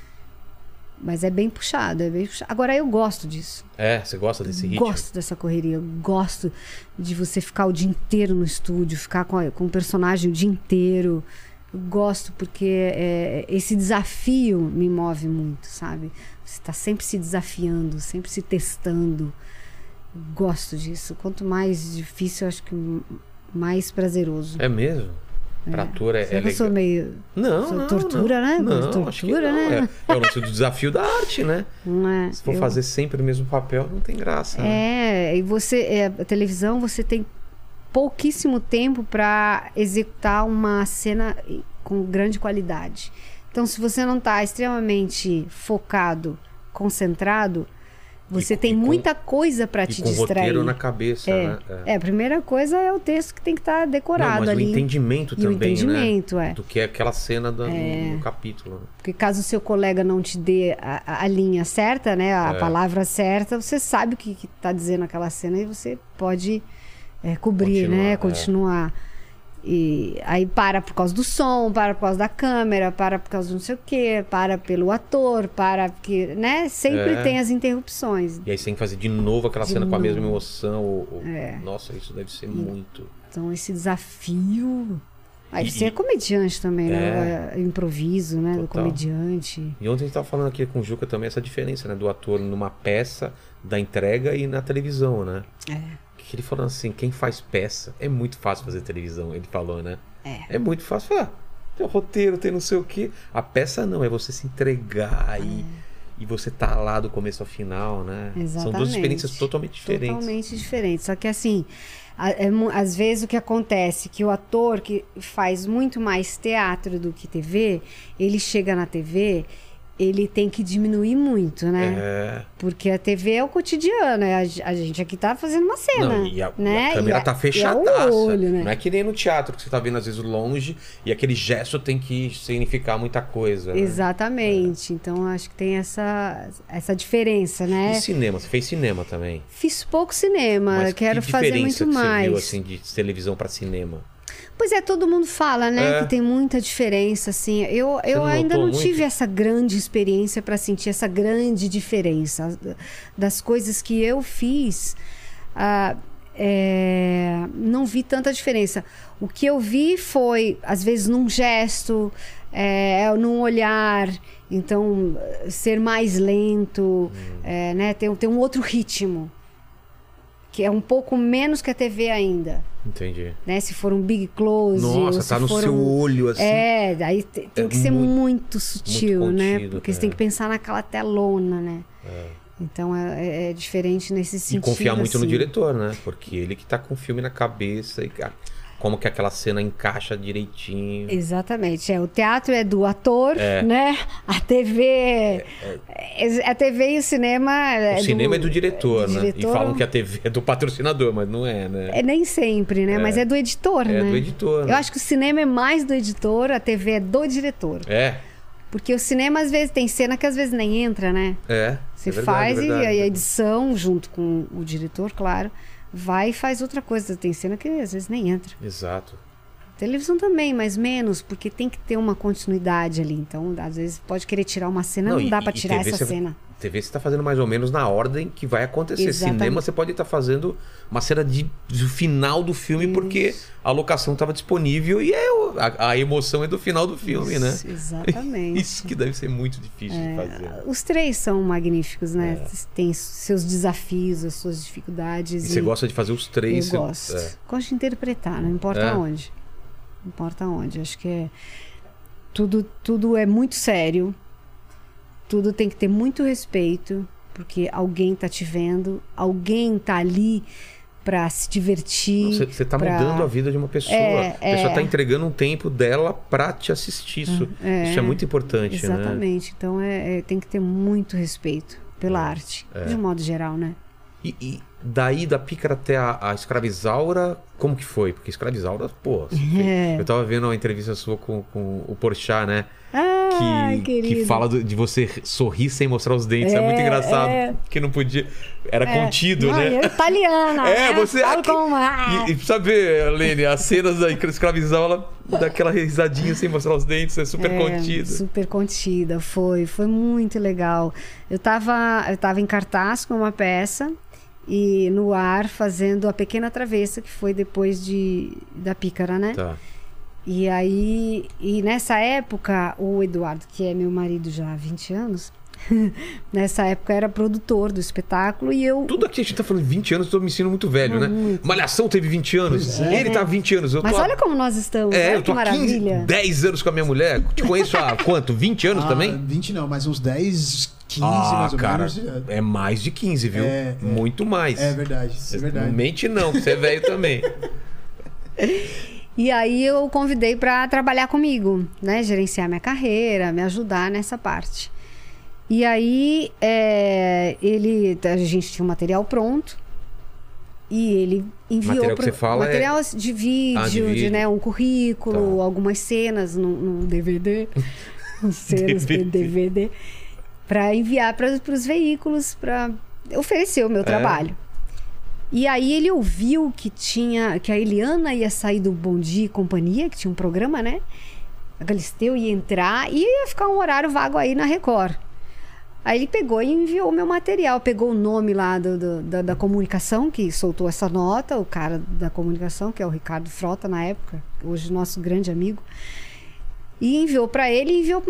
Mas é bem puxado, Agora, eu gosto disso. Você gosta desse ritmo? Gosto dessa correria. Gosto de você ficar o dia inteiro no estúdio, ficar com o personagem o dia inteiro. Eu gosto porque esse desafio me move muito, sabe? Você está sempre se desafiando, sempre se testando. Eu gosto disso. Quanto mais difícil, eu acho que mais prazeroso. É mesmo? Pra ator é legal. Eu sou meio... Não, tortura, né? Não, tortura, né? É o lance do desafio da arte, né? Não é? Se for fazer sempre o mesmo papel, não tem graça. E você... a televisão, você tem pouquíssimo tempo para executar uma cena com grande qualidade. Então, se você não tá extremamente focado, concentrado... Você tem muita coisa para te distrair. Com roteiro na cabeça, né? A primeira coisa é o texto que tem que estar decorado ali. Mas o entendimento também, o entendimento, né? Do que é aquela cena do capítulo. Porque caso o seu colega não te dê a linha certa, né? A palavra certa, você sabe o que está dizendo aquela cena e você pode cobrir, né? Continuar. E aí para por causa do som, para por causa da câmera, para por causa de não sei o quê, para pelo ator, para porque, né? Sempre tem as interrupções. E aí você tem que fazer de novo aquela cena com a mesma emoção. Nossa, isso deve ser muito. Então esse desafio. Aí você é comediante também, né? Improviso, né? Total. Do comediante. E ontem a gente tava falando aqui com o Juca também essa diferença, né? Do ator numa peça, da entrega e na televisão, né? Que ele falou assim, quem faz peça, é muito fácil fazer televisão, ele falou, né? É muito fácil. Tem o roteiro, tem não sei o quê. A peça não, é você se entregar e você tá lá do começo ao final, né? Exatamente. São duas experiências totalmente diferentes. Totalmente diferentes. Só que assim, às vezes o que acontece é que o ator que faz muito mais teatro do que TV, ele chega na TV, ele tem que diminuir muito, né? Porque a TV é o cotidiano, a gente aqui tá fazendo uma cena. Não, e a câmera tá fechadaça. É o olho, né? Não é que nem no teatro, que você tá vendo às vezes longe e aquele gesto tem que significar muita coisa. Exatamente. Né? Então acho que tem essa diferença, né? E cinema? Você fez cinema também? Fiz pouco cinema, mas quero fazer muito mais. Você viu, assim, de televisão para cinema? Pois é, todo mundo fala, né, que tem muita diferença, assim. Eu ainda não tive essa grande experiência para sentir essa grande diferença. Das coisas que eu fiz, não vi tanta diferença. O que eu vi foi, às vezes, num gesto, num olhar, então, ser mais lento, né, ter um outro ritmo. Que é um pouco menos que a TV ainda. Entendi. Né? Se for um big close. Nossa, tá no seu olho, assim. Daí tem que ser muito sutil, muito contido, né? Porque você tem que pensar naquela telona, né? Então é diferente nesse sentido. E confiar muito assim. no diretor, né? Porque ele que tá com o filme na cabeça e como que aquela cena encaixa direitinho. Exatamente. O teatro é do ator, né? A TV... A TV e o cinema... O cinema é do diretor, né? E falam que a TV é do patrocinador, mas não é, né? Nem sempre, né? Mas é do editor, né? É do editor. Eu acho que o cinema é mais do editor, a TV é do diretor. Porque o cinema, às vezes, tem cena que às vezes nem entra, né? Você faz e a edição, junto com o diretor, claro... vai e faz outra coisa. Tem cena que às vezes nem entra. Exato. Televisão também, mas menos, porque tem que ter uma continuidade ali. Então, às vezes, pode querer tirar uma cena, não dá pra tirar essa cena. TV você tá fazendo mais ou menos na ordem que vai acontecer. Exatamente. Cinema você pode estar fazendo uma cena do final do filme, porque a locação estava disponível e a emoção é do final do filme, né? Exatamente. Isso que deve ser muito difícil de fazer. Os três são magníficos, né? Tem seus desafios, as suas dificuldades. E você gosta de fazer os três? Eu gosto. Gosto de interpretar, não importa onde. Não importa onde. Acho que tudo é muito sério. Tudo tem que ter muito respeito, porque alguém tá te vendo, alguém tá ali pra se divertir. Você tá mudando a vida de uma pessoa. A pessoa tá entregando um tempo dela pra te assistir. Isso é muito importante, exatamente. Né? Então tem que ter muito respeito pela arte, de um modo geral, né? E daí da Pícara até a Escravizaura, como que foi? Porque Escravizaura, pô... Eu tava vendo uma entrevista sua com o Porchat, né? Que fala de você sorrir sem mostrar os dentes. É muito engraçado. Que não podia... Era contido, né? Eu italiana. Você... E precisa ver, Lene, as cenas da Escravizaura, daquela risadinha sem mostrar os dentes. É super contida. Super contida. Foi muito legal. Eu tava em cartaz com uma peça... E no ar, fazendo A Pequena Travessa, que foi depois da Pícara, né? Tá. E aí, nessa época, o Eduardo, que é meu marido já há 20 anos, nessa época era produtor do espetáculo e eu... Tudo aqui a gente tá falando 20 anos, eu me ensino muito velho, né? Muito. Malhação teve 20 anos, ele tá há 20 anos. Mas olha como nós estamos, olha eu tô que maravilha. 10 anos com a minha mulher, te conheço há quanto? 20 anos também? 20 não, mas uns 10... 15, mais ou menos. É mais de 15, viu? Muito mais. É verdade, Não mente não, você é velho também. E aí eu convidei para trabalhar comigo, né? Gerenciar minha carreira, me ajudar nessa parte. E aí a gente tinha um material pronto e ele enviou material que você fala material de vídeo, né? Um currículo, algumas cenas num DVD, cenas para DVD. Para enviar para os veículos, para oferecer o meu trabalho. E aí ele ouviu que a Eliana ia sair do Bom Dia e Companhia, que tinha um programa, né? A Galisteu ia entrar e ia ficar um horário vago aí na Record. Aí ele pegou e enviou o meu material, pegou o nome lá da comunicação, que soltou essa nota, o cara da comunicação, que é o Ricardo Frota na época, hoje nosso grande amigo. E enviou para ele e enviou para umas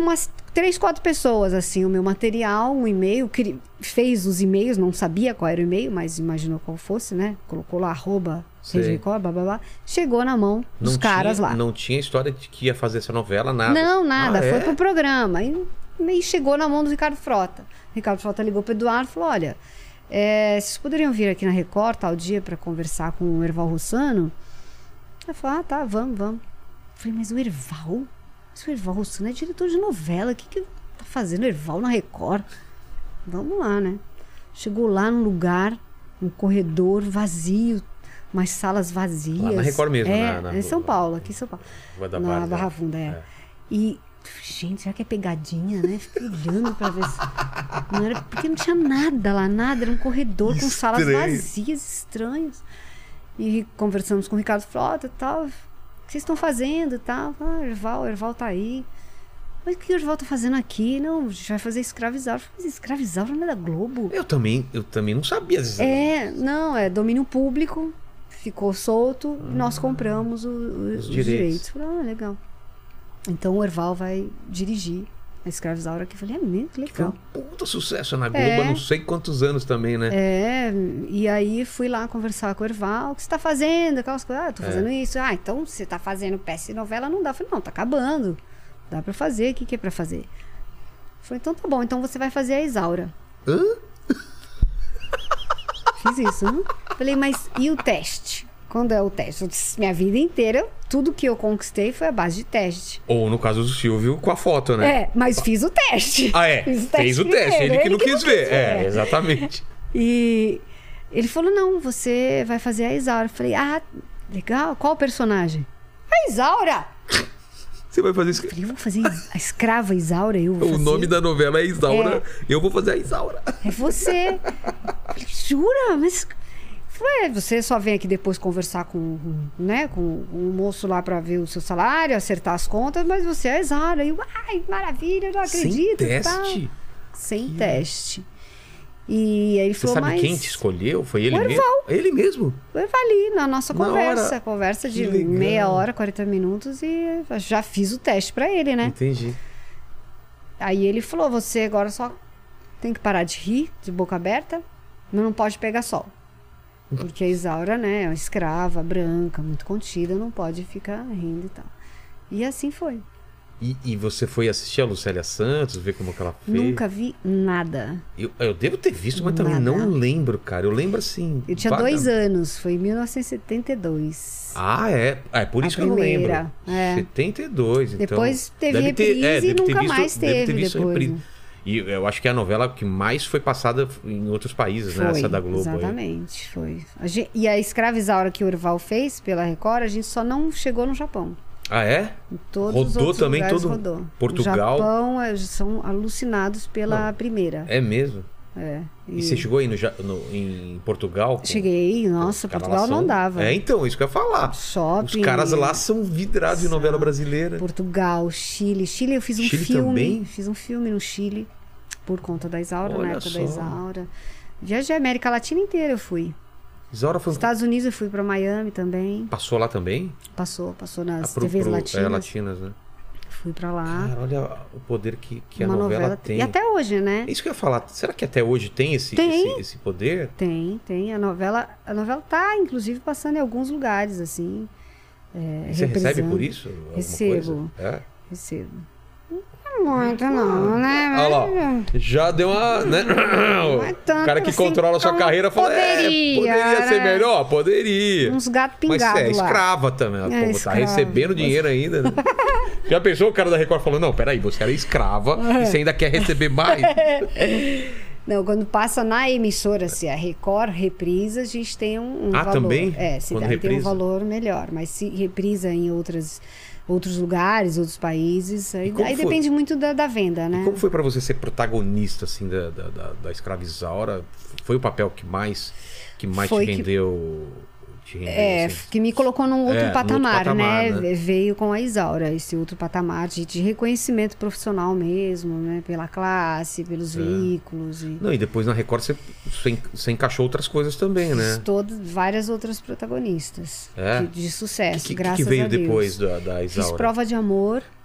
3, 4 pessoas, assim, o meu material, um e-mail, fez os e-mails, não sabia qual era o e-mail, mas imaginou qual fosse, né? Colocou lá, @Rede Record, blá, blá, blá. Chegou na mão dos caras lá. Não tinha história de que ia fazer essa novela, nada? Não, nada. Foi pro programa. E chegou na mão do Ricardo Frota. O Ricardo Frota ligou pro Eduardo e falou, olha, vocês poderiam vir aqui na Record tal dia para conversar com o Erval Rossano? Eu falei, tá, vamos. Eu falei, mas o Erval? O Erval Rossano é diretor de novela. O que tá fazendo Erval na Record? Vamos lá, né? Chegou lá num lugar, um corredor vazio, umas salas vazias. Lá na Record mesmo, em São Paulo, aqui em São Paulo. Na Barra Funda, E, gente, será que é pegadinha, né? Fiquei olhando pra ver se... Não era... Porque não tinha nada lá, nada. Era um corredor com salas vazias, estranhas. E conversamos com o Ricardo Frota e tal. O que vocês estão fazendo e tal? O Erval tá aí. Mas o que o Erval tá fazendo aqui? Não, a gente vai fazer Escravizaura. Mas Escravizaura não é da Globo? Eu também não sabia disso. Não, é domínio público. Ficou solto e nós compramos os direitos. Falei, legal. Então o Erval vai dirigir a Escravizaura aqui. Falei, mesmo? Que legal. Foi um puta sucesso na Globo há não sei quantos anos também, né? E aí fui lá conversar com o Erval. O que você tá fazendo? Aquelas coisas. Eu tô fazendo isso. Então você tá fazendo peça e novela? Não dá. Eu falei, não, tá acabando. Dá pra fazer. O que é pra fazer? Eu falei, então tá bom. Então você vai fazer a Isaura. Fiz isso. Falei, mas e o teste? Quando é o teste? Minha vida inteira, tudo que eu conquistei foi a base de teste. Ou no caso do Silvio, com a foto, né? Mas fiz o teste. Fez o teste. Ele que não quis ver. Exatamente. E ele falou, não, você vai fazer a Isaura. Eu falei, legal. Qual personagem? A Isaura! Você vai fazer isso? Eu vou fazer a escrava Isaura. O nome da novela é Isaura. Eu vou fazer a Isaura. É você. Falei, jura? Mas... você só vem aqui depois conversar com um moço lá pra ver o seu salário, acertar as contas, mas você é a Isaura. Maravilha, eu não acredito. Sem teste? Sem teste. E aí ele falou, você sabe quem te escolheu? Foi ele mesmo? Ele mesmo? O Erval ali, na nossa conversa de meia hora, 40 minutos, e já fiz o teste pra ele, né? Entendi. Aí ele falou, você agora só tem que parar de rir, de boca aberta, mas não pode pegar sol. Porque a Isaura, né, é uma escrava, branca, muito contida, não pode ficar rindo e tal. E assim foi. E você foi assistir a Lucélia Santos, ver como que ela fez? Nunca vi nada. Eu devo ter visto, mas também não lembro, cara. Eu lembro assim... Eu tinha 2 anos, foi em 1972. É por isso que eu não lembro. 72, então... Depois teve reprise e nunca mais teve depois. E eu acho que é a novela que mais foi passada em outros países, né? Essa da Globo. Exatamente, foi. E a Escravizaura que o Erval fez pela Record, a gente só não chegou no Japão. Em todos os outros também lugares todo rodou. Portugal. O Japão são alucinados pela primeira. É mesmo? E você chegou aí em Portugal? Cheguei, nossa, Portugal não dava. Então, isso que eu ia falar. Shopping. Os caras lá são vidrados em novela brasileira. Portugal, Chile. Chile eu fiz um filme. Também? Fiz um filme no Chile, por conta da Isaura, na época da Isaura. Viajei a América Latina inteira, eu fui. Isaura foi... Estados Unidos eu fui pra Miami também. Passou lá também? Passou nas TVs latinas. Latinas, né? Fui pra lá. Cara, olha o poder que a novela tem. E até hoje, né? É isso que eu ia falar. Será que até hoje tem esse poder? Tem. A novela tá, inclusive, passando em alguns lugares, assim. Você recebe por isso? Recebo. Recebo. Muito não, né? Olha lá, já deu uma... Né? O cara que controla a sua carreira fala, poderia ser melhor? Poderia. Uns gatos pingados lá. Mas você é escrava também. Pô, tá recebendo dinheiro ainda, né? Já pensou o cara da Record falou, não, peraí, você era escrava e você ainda quer receber mais? Não, quando passa na emissora, se a Record reprisa, a gente tem um valor. Também? Se tem um valor melhor. Mas se reprisa em outros lugares, outros países, aí depende muito da venda, né? E como foi pra você ser protagonista, assim, da Escravizaura? Foi o papel que mais te rendeu... assim? Que me colocou num outro patamar, né? Veio com a Isaura, esse outro patamar de reconhecimento profissional mesmo, né? Pela classe, pelos veículos. Não, e depois na Record você encaixou outras coisas também, né? Várias outras protagonistas de sucesso, graças a Deus. O que veio depois da Isaura? Fiz Prova de Amor.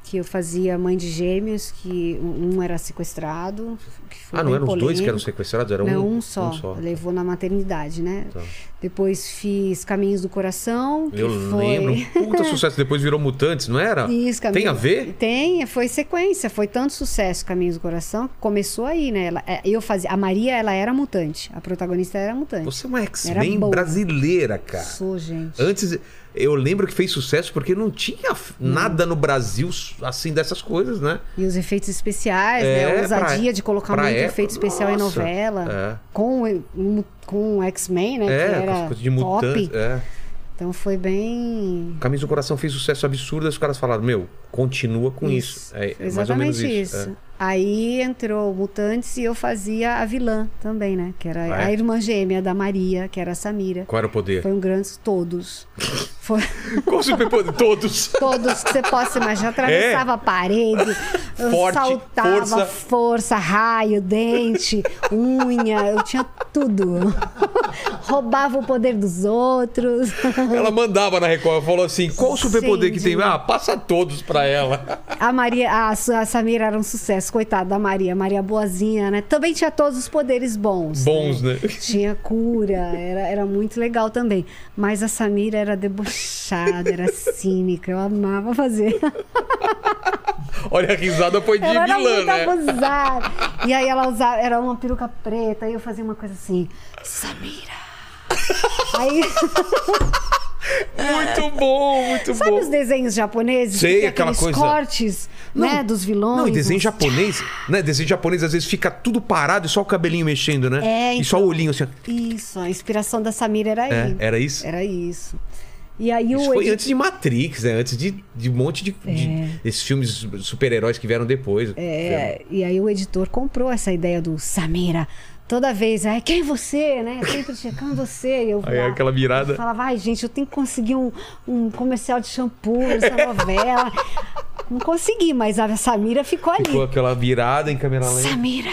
que eu fazia Mãe de Gêmeos, que um era sequestrado. Que foi não eram polêmico. Os dois que eram sequestrados? Era um só. Levou na maternidade, né? Tá. Depois fiz Caminhos do Coração. Eu lembro. Puta sucesso. Depois virou Mutantes, não era? Isso, Tem a ver? Tem, foi sequência. Foi tanto sucesso Caminhos do Coração que começou aí, né? A Maria, ela era mutante. A protagonista era mutante. Você é uma X-Men brasileira, cara. Sou, gente. Antes... Eu lembro que fez sucesso porque não tinha nada no Brasil assim dessas coisas, né? E os efeitos especiais, né? A ousadia de colocar muito efeito especial em novela. Com X-Men, né? Que era de mutante, top. Então foi bem... Caminhos do Coração fez sucesso absurdo. Os caras falaram, continua com isso. Exatamente mais ou menos isso. Aí entrou Mutantes e eu fazia a vilã também, né? Que era a irmã gêmea da Maria, que era a Samira. Qual era o poder? Foi um grande... Todos. Qual o superpoder? Todos. Todos que você possa imaginar. Atravessava a parede, saltava, força, raio, dente, unha. Eu tinha tudo. Roubava o poder dos outros. Ela mandava na Record, falou assim, qual o superpoder que tem? Passa todos pra ela. A Maria, a Samira era um sucesso. Coitada da Maria. Maria boazinha, né? Também tinha todos os poderes bons. Né? Tinha cura. Era muito legal também. Mas a Samira era debochada, era cínica. Eu amava fazer. Olha, a risada foi de vilã, né? Era muito abusada. E aí ela usava... Era uma peruca preta. Aí eu fazia uma coisa assim... Samira. Aí... Muito bom. Sabe os desenhos japoneses? Sei, que aquela coisa... cortes, né, dos vilões. Não, e desenho japonês, né? Desenho japonês às vezes fica tudo parado e só o cabelinho mexendo, né? E só o olhinho assim. Isso, a inspiração da Samira era aí. Era isso? Era isso. E aí isso foi antes de Matrix, né? Antes de um monte de desses filmes super-heróis que vieram depois. E aí o editor comprou essa ideia do Samira. Toda vez, quem é você, né? Sempre checando você. Aí aquela mirada. Eu falava, gente, eu tenho que conseguir um comercial de shampoo nessa novela. Não consegui, mas a Samira ficou ali. Ficou aquela virada em câmera lenta. Samira!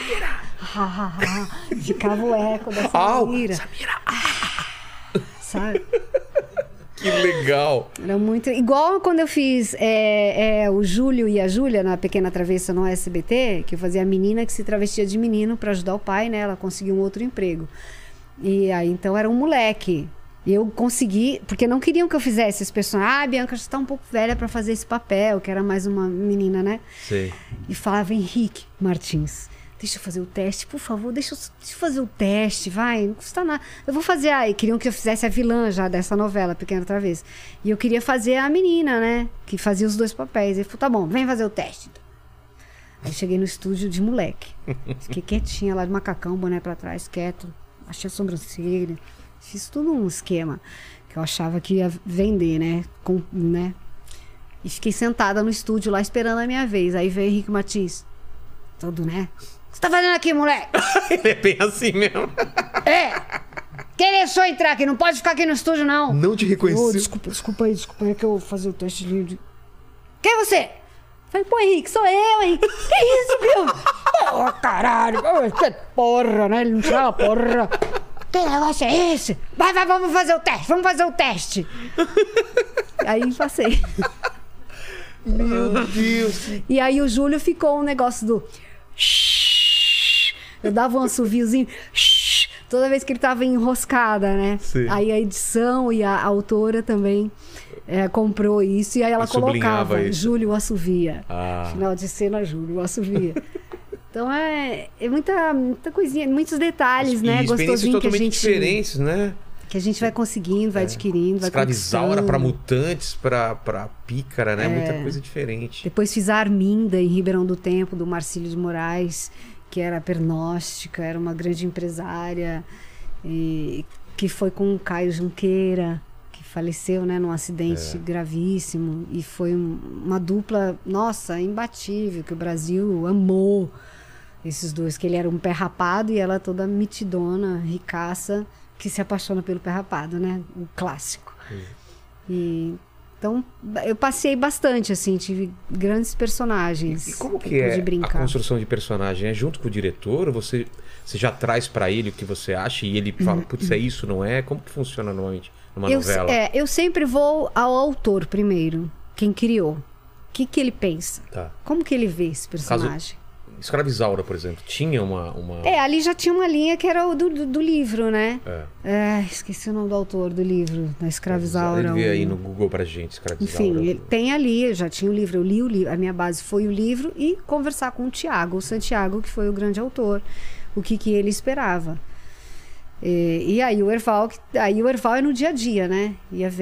Ficava o eco da Samira. Samira! Sabe? Que legal! Era muito... Igual quando eu fiz o Júlio e a Júlia na Pequena Travessa no SBT, que eu fazia a menina que se travestia de menino para ajudar o pai, né? Ela conseguiu um outro emprego. E aí, então, era um moleque. E eu consegui... Porque não queriam que eu fizesse esse personagem. Bianca já está um pouco velha para fazer esse papel, que era mais uma menina, né? Sim. E falava, Henrique Martins... Deixa eu fazer o teste, por favor, deixa eu fazer o teste, vai, não custa nada. Eu vou fazer, e queriam que eu fizesse a vilã já dessa novela, Pequena Travessa. E eu queria fazer a menina, né, que fazia os dois papéis. Ele falou, tá bom, vem fazer o teste. Aí cheguei no estúdio de moleque. Fiquei quietinha lá de macacão, boné pra trás, quieto. Achei a sobrancelha. Fiz tudo um esquema que eu achava que ia vender, né, E fiquei sentada no estúdio lá esperando a minha vez. Aí veio Henrique Martins. Todo, né? O que você tá fazendo aqui, moleque? Ele é bem assim mesmo. Queria só entrar aqui, não pode ficar aqui no estúdio, não. Não te reconheceu. Desculpa aí, que eu vou fazer o teste livre. Quem é você? Falei, pô, Henrique, sou eu, Henrique. Que isso, viu? Porra, caralho. Que porra, né? Ele não tirava porra. Que negócio é esse? Vai, vamos fazer o teste. Aí passei. Meu Deus. E aí o Júlio ficou um negócio do... Eu dava um assoviozinho toda vez que ele tava enroscada, né? Sim. Aí a edição e a autora também comprou isso. E aí ela colocava isso. Júlio assovia. Final de cena, Júlio assovia. Então é muita coisinha, muitos detalhes, né? Gostosinho que a gente... diferentes, né? Que a gente vai conseguindo, vai adquirindo, vai Escravizal era pra mutantes, pra pícara, né? Muita coisa diferente. Depois fiz a Arminda em Ribeirão do Tempo, do Marcílio de Moraes, que era pernóstica, era uma grande empresária, e que foi com o Caio Junqueira, que faleceu, né, num acidente gravíssimo. E foi uma dupla, nossa, imbatível, que o Brasil amou esses dois, que ele era um pé rapado e ela toda mitidona, ricaça, que se apaixona pelo pé rapado, né? O clássico. Então, eu passei bastante, assim, tive grandes personagens. E como que é a construção de personagem? É junto com o diretor? Ou você já traz pra ele o que você acha e ele fala, putz, é isso, não é? Como que funciona normalmente numa novela? Eu sempre vou ao autor primeiro, quem criou. que ele pensa? Tá. Como que ele vê esse personagem? Escravizaura, por exemplo, tinha uma... ali já tinha uma linha que era o do livro, né? Esqueci o nome do autor do livro, da Escravizaura. Ele vê aí no Google pra gente, Escravizaura. Enfim, ele tem ali, eu já tinha o livro, eu li o livro, a minha base foi o livro e conversar com o Santiago, que foi o grande autor, o que ele esperava. E aí o Erval é no dia a dia, né?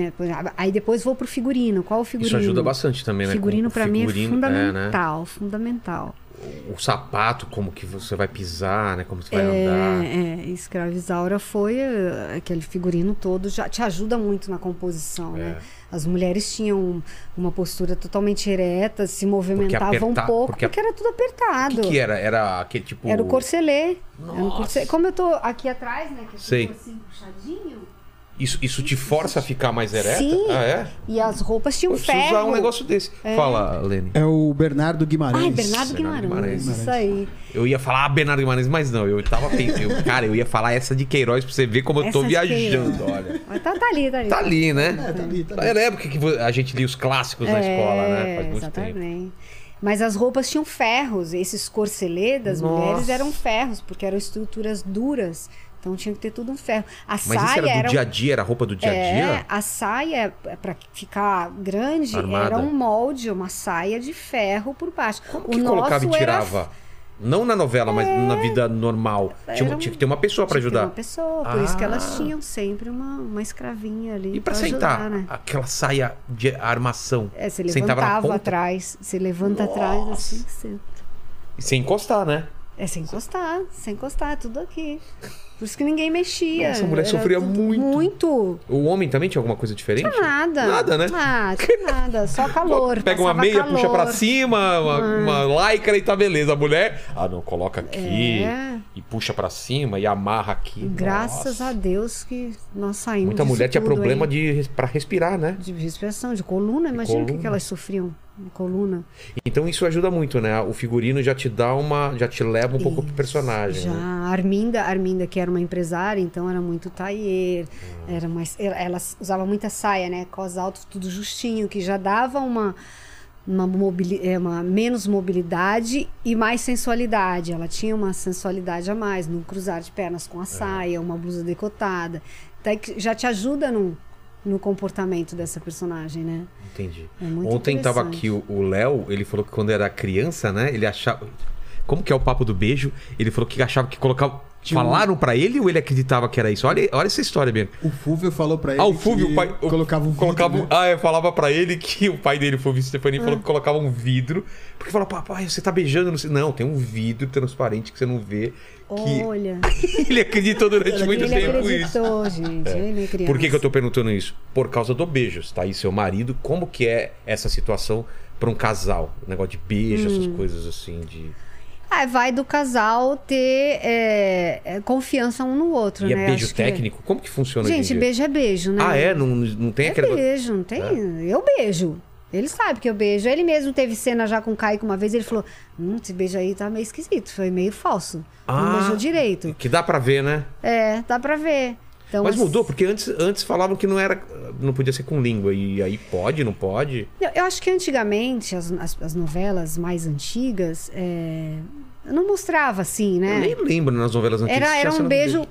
Aí depois vou pro figurino. Qual o figurino? Isso ajuda bastante também, né? Figurino pra mim é fundamental, né? fundamental. O sapato, como que você vai pisar, né? Como você vai andar. Escravizaura foi aquele figurino todo, já te ajuda muito na composição, né? As mulheres tinham uma postura totalmente ereta, se movimentavam um pouco, porque era tudo apertado. O que era? Era aquele tipo... Era o corselê. Nossa. Como eu tô aqui atrás, né? Que eu Sei. tô assim, puxadinho. Isso te força a ficar mais ereta? Sim. Ah, é? E as roupas tinham ferro. usar um negócio desse. Fala, Lene. É o Bernardo Guimarães. Bernardo Guimarães. Isso aí. Eu ia falar Bernardo Guimarães, mas não. Eu tava pensando... Cara, eu ia falar essa de Queiroz pra você ver como eu tô viajando, olha. Mas tá ali. Tá ali, né? Tá ali. Era a época que a gente lia os clássicos na escola, né? Faz muito tempo. Mas as roupas tinham ferros. Esses corselê das mulheres eram ferros, porque eram estruturas duras. Então tinha que ter tudo um ferro. Mas isso era do dia a dia? Era roupa do dia a dia? A saia, pra ficar grande, armada. Era um molde, uma saia de ferro por baixo. Como que colocava e tirava? Não na novela, mas na vida normal. Tinha que ter uma pessoa pra ajudar. Uma pessoa, por isso que elas tinham sempre uma escravinha ali. E pra sentar? Ajudar, né? Aquela saia de armação. Você levantava atrás. Você levanta atrás assim, senta. E sem encostar, né? Sem encostar, tudo aqui. Por isso que ninguém mexia. Essa mulher sofria muito. O homem também tinha alguma coisa diferente? Tinha nada. Nada, né? Tinha nada. Só calor. Pega uma meia, puxa pra cima, uma lycra e tá beleza. A mulher, não, coloca aqui e puxa pra cima e amarra aqui. Graças a Deus que nós saímos. Muita mulher tinha problema pra respirar, né? De respiração, de coluna. Imagina o que elas sofriam. Coluna. Então isso ajuda muito, né? O figurino já te leva um pouco pro personagem. Já. Né? A Arminda, que era uma empresária, então era muito tailleur, ela usava muita saia, né? Cos altos, tudo justinho, que já dava uma menos mobilidade e mais sensualidade. Ela tinha uma sensualidade a mais no cruzar de pernas com a saia, uma blusa decotada. Então, já te ajuda no comportamento dessa personagem, né? Entendi. Ontem tava aqui o Léo, ele falou que quando era criança, né? Ele achava... Como que é o papo do beijo? Ele falou que achava que colocava... Falaram pra ele ou ele acreditava que era isso? Olha essa história, Bianca. O Fúvio falou pra ele o Fúvio, que o pai, colocava um vidro. Né? Falava pra ele que o pai dele, Fúvio Stefani, falou que colocava um vidro. Porque falou, papai, você tá beijando... Não, tem um vidro transparente que você não vê. Olha. Ele acreditou durante muito tempo acreditou, isso. Gente. Ele é criança. Por que eu tô perguntando isso? Por causa do beijo. Tá aí seu marido. Como que é essa situação pra um casal? O negócio de beijo, essas coisas assim de... Vai do casal ter confiança um no outro, né? E é beijo técnico? Como que funciona hoje em dia? Beijo é beijo, né? Não tem aquele... beijo, não tem... Eu beijo. Ele sabe que eu beijo. Ele mesmo teve cena já com o Kaique uma vez, ele falou, esse beijo aí tá meio esquisito, foi meio falso. Não beijou direito. Que dá pra ver, né? Dá pra ver. Então, mas mudou, porque antes falavam que não podia ser com língua. E aí pode, não pode? Eu acho que antigamente, as novelas mais antigas, não mostrava assim, né? Eu nem lembro nas novelas antigas. Era um beijo...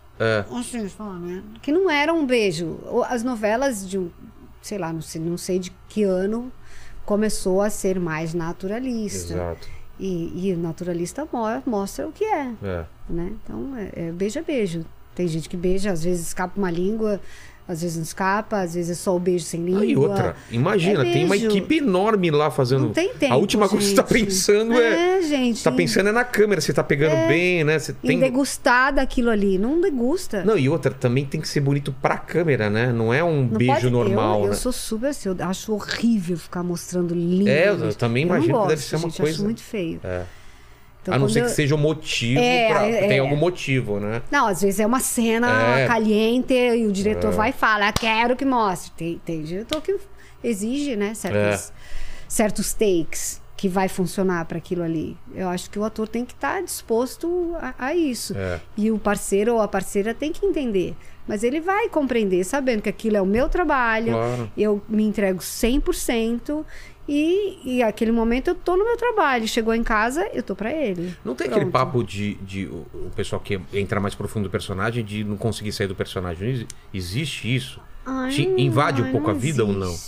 Que não era um beijo. As novelas sei lá, não sei de que ano começou a ser mais naturalista. Exato. E o naturalista mostra o que é. Né? Então, beijo é beijo. Tem gente que beija, às vezes escapa uma língua, às vezes não escapa, às vezes é só o beijo sem língua. E outra, imagina, tem uma equipe enorme lá fazendo... Não tem tempo, a última coisa que você tá pensando gente. Você tá pensando na câmera, você tá pegando bem, né? Você tem... Em degustar daquilo ali, não degusta. Não, e outra, também tem que ser bonito pra câmera, né? Não é um beijo normal, Eu né? sou super assim, eu acho horrível ficar mostrando língua. Eu também imagino que deve ser uma coisa... Eu acho muito feio. Então, a não ser que seja um motivo, tem algum motivo, né? Não, às vezes é uma cena caliente e o diretor vai e fala, quero que mostre. Tem diretor que exige, né, certos takes que vai funcionar para aquilo ali. Eu acho que o ator tem que estar disposto a isso. E o parceiro ou a parceira tem que entender. Mas ele vai compreender, sabendo que aquilo é o meu trabalho, eu me entrego 100%. E aquele momento eu tô no meu trabalho. Chegou em casa, eu tô pra ele. Não tem aquele papo de o pessoal que entra mais profundo do personagem de não conseguir sair do personagem? Existe isso? Invade um pouco a vida ou não?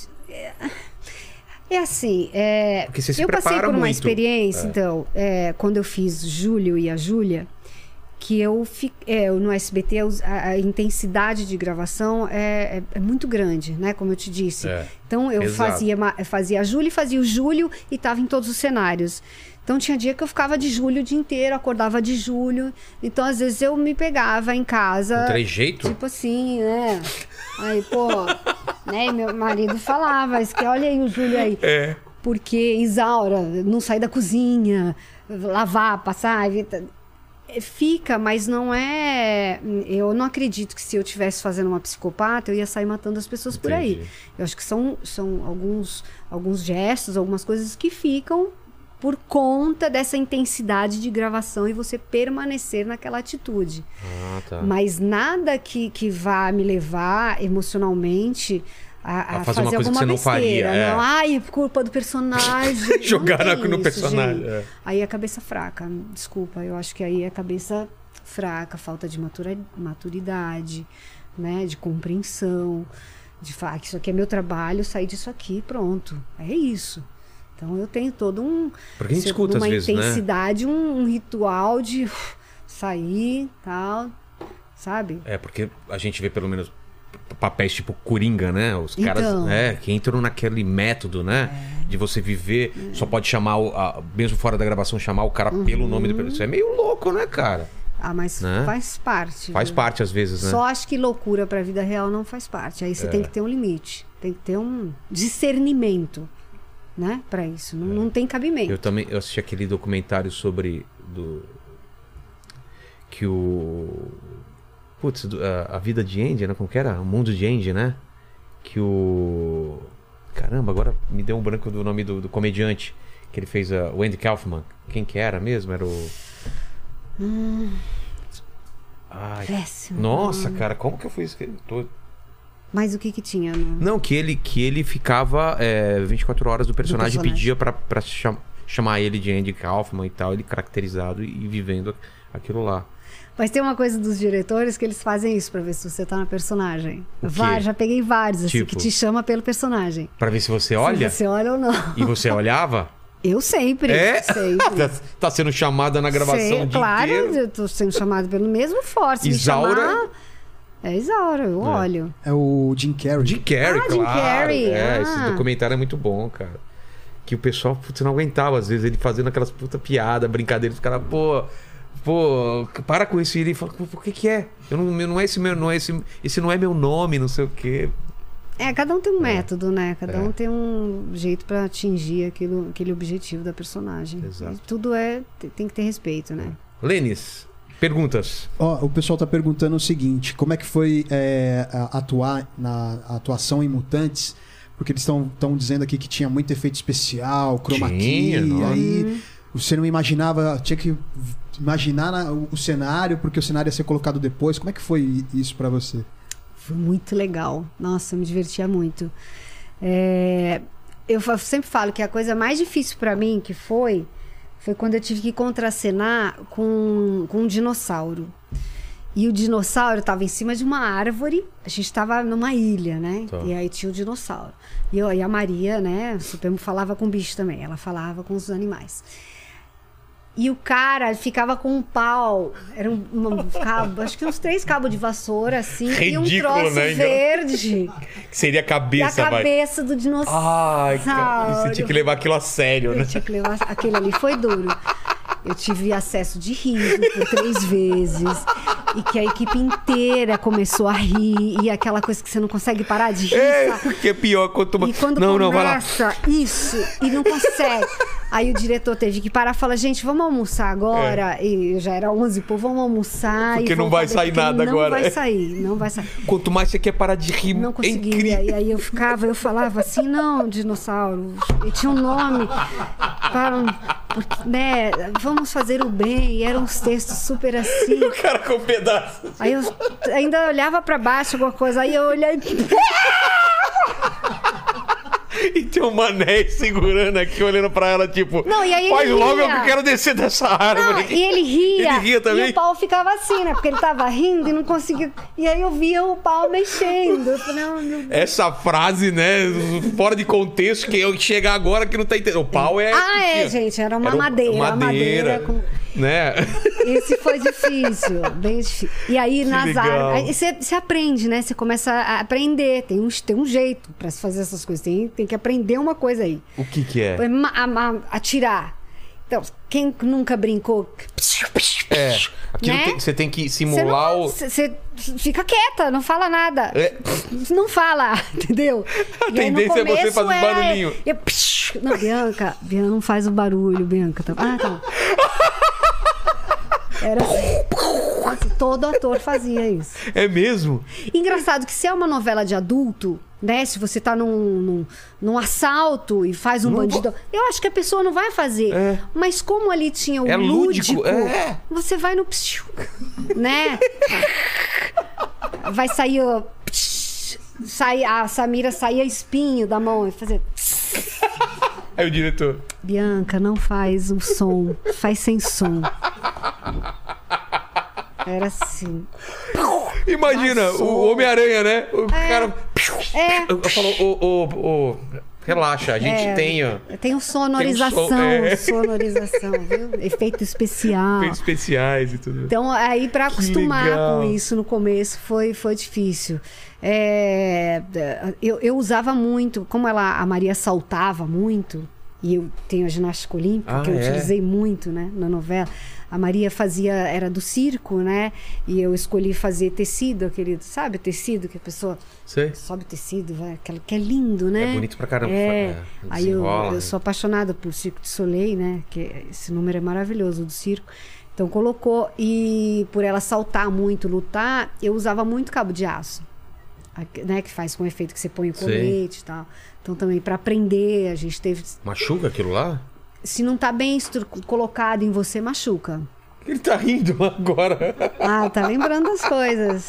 É assim, porque você se eu passei por uma muito. Experiência, então, quando eu fiz Júlio e a Júlia, que eu no SBT a intensidade de gravação é muito grande, né? Como eu te disse. Então eu fazia a Júlia e fazia o Júlio e tava em todos os cenários. Então tinha dia que eu ficava de Júlio o dia inteiro, acordava de Júlio. Então às vezes eu me pegava em casa. Um trejeito? Tipo assim, né? Aí, pô, né? E meu marido falava, olha aí o Júlio aí. Porque Isaura, não sair da cozinha, lavar, passar, fica, mas não é... Eu não acredito que se eu estivesse fazendo uma psicopata, eu ia sair matando as pessoas por aí. Eu acho que são alguns gestos, algumas coisas que ficam por conta dessa intensidade de gravação e você permanecer naquela atitude. Tá. Mas nada que vá me levar emocionalmente a fazer uma coisa alguma que você não besteira. faria. Não, ai, culpa do personagem. Jogar no personagem. Aí é cabeça fraca. Desculpa, eu acho que aí é cabeça fraca, falta de maturidade, né? De compreensão, de falar que isso aqui é meu trabalho, sair disso aqui, pronto. É isso. Então eu tenho todo porque a gente escuta uma às vezes, intensidade, né? um ritual de sair, tal, sabe? Porque a gente vê pelo menos papéis tipo Coringa, né? Os caras que entram naquele método, né? De você viver, só pode chamar, mesmo fora da gravação, chamar o cara pelo nome do personagem. Isso é meio louco, né, cara? Mas faz parte. Faz parte às vezes, né? Só acho que loucura pra vida real não faz parte. Aí você tem que ter um limite. Tem que ter um discernimento, né? Pra isso. Não tem cabimento. Eu assisti aquele documentário sobre... Que o... Putz, a vida de Andy, né? Como que era? O mundo de Andy, né? Que o... Caramba, agora me deu um branco do nome do comediante que ele fez, o Andy Kaufman. Quem que era mesmo? Era o... Ai, péssimo. Nossa, cara, como que eu fui escrever? Mas o que tinha? Não, que ele ficava 24 horas do personagem e pedia pra chamar ele de Andy Kaufman e tal, ele caracterizado e vivendo aquilo lá. Mas tem uma coisa dos diretores que eles fazem isso pra ver se você tá na personagem. Já peguei vários, assim, que te chama pelo personagem. Pra ver se você olha? Se você olha ou não. E você olhava? Eu sempre. Sempre. Tá sendo chamada na gravação de claro, inteiro? Eu tô sendo chamada pelo mesmo forte. Isaura? É Isaura, eu olho. É o Jim Carrey. Jim Carrey, claro. Jim Carrey. Esse documentário é muito bom, cara. Que o pessoal, putz, não aguentava, às vezes, ele fazendo aquelas puta piada, brincadeiras, os caras, pô, para com isso. E ele fala, por que é? Esse não é meu nome, não sei o quê. Cada um tem um método, né? Cada um tem um jeito pra atingir aquele objetivo da personagem. Exato. Tudo tem que ter respeito, né? Lênis, perguntas. O pessoal tá perguntando o seguinte: como é que foi atuar na atuação em Mutantes? Porque eles estão dizendo aqui que tinha muito efeito especial, chroma key, aí você não imaginava, tinha que imaginar o cenário, porque o cenário ia ser colocado depois. Como é que foi isso pra você? Foi muito legal. Nossa, eu me divertia muito. Eu sempre falo que a coisa mais difícil pra mim foi quando eu tive que contracenar com um dinossauro. E o dinossauro estava em cima de uma árvore. A gente estava numa ilha, né? Tá. E aí tinha o dinossauro. E a Maria, né? Supremo, falava com o bicho também. Ela falava com os animais. E o cara ficava com um pau. Era um cabo, acho que uns 3 cabos de vassoura, assim. Ridículo, e um troço Que verde. seria a cabeça, a cabeça do dinossauro. Ai, cara, você tinha que levar aquilo a sério, né? Eu tinha que levar... Aquele ali foi duro. Eu tive acesso de riso por 3 vezes. E que a equipe inteira começou a rir. E aquela coisa que você não consegue parar de rir. Porque é pior quando... E quando começa isso, e não consegue. Aí o diretor teve que parar e falar, gente, vamos almoçar agora. E já era 11, pô, vamos almoçar. Porque não vai sair nada agora. Não vai sair. Quanto mais você quer parar de rir, não conseguia. E aí eu falava assim, não, dinossauro. E tinha um nome. Né, vamos fazer o bem. E eram uns textos super assim. O cara com um pedaço. Aí eu ainda olhava pra baixo alguma coisa. Aí eu olhei... E tem um mané segurando aqui, olhando pra ela, tipo... Não, e aí faz ele logo, ria. eu quero descer dessa árvore. Não, e ele ria. Ele ria também? E o pau ficava assim, né? Porque ele tava rindo e não conseguia... E aí eu via o pau mexendo. Eu falei, oh, meu Deus. Essa frase, né? Fora de contexto, que eu chegar agora que não tá entendendo. O pau é... Gente, era uma madeira. Uma madeira com... né? Esse foi difícil, bem difícil. E aí, nas árvores... Aí você aprende, né? Você começa a aprender. Tem um jeito pra se fazer essas coisas. Tem que aprender uma coisa aí. O que é? Atirar. Então, quem nunca brincou... Aquilo né? você tem que simular Você fica quieta, não fala nada. Não fala, entendeu? A tendência é você fazer barulhinho. Não, Bianca não faz o barulho, Bianca. Tá bom. Era assim, todo ator fazia isso. É mesmo? Engraçado que se é uma novela de adulto, né? Se você tá num assalto e faz um bandido... Eu acho que a pessoa não vai fazer. Mas como ali tinha o lúdico, você vai no... né? Vai sair... a Samira saía espinho da mão e fazer... Aí o diretor... Bianca, não faz o som. Faz sem som. Era assim. Imagina, o Homem-Aranha, né? O cara... Falou, relaxa, a gente tem... Tem sonorização, sonorização, viu? Efeito especial. Efeitos especiais e tudo. Então, aí pra acostumar com isso no começo foi difícil. Eu usava muito, como a Maria saltava muito, e eu tenho a ginástica olímpica, que eu utilizei muito, né, na novela. A Maria era do circo, né? E eu escolhi fazer tecido, aquele, sabe, tecido que a pessoa sobe o tecido, que é lindo, né? É bonito pra caramba. Aí eu sou apaixonada por Cirque du Soleil, né? Que esse número é maravilhoso do circo. Então colocou, e por ela saltar muito, lutar, eu usava muito cabo de aço, né? Que faz com o efeito que você põe o colete e tal. Então também para aprender, a gente teve... Machuca aquilo lá? Se não tá bem colocado em você, machuca. Ele tá rindo agora. Tá lembrando das coisas.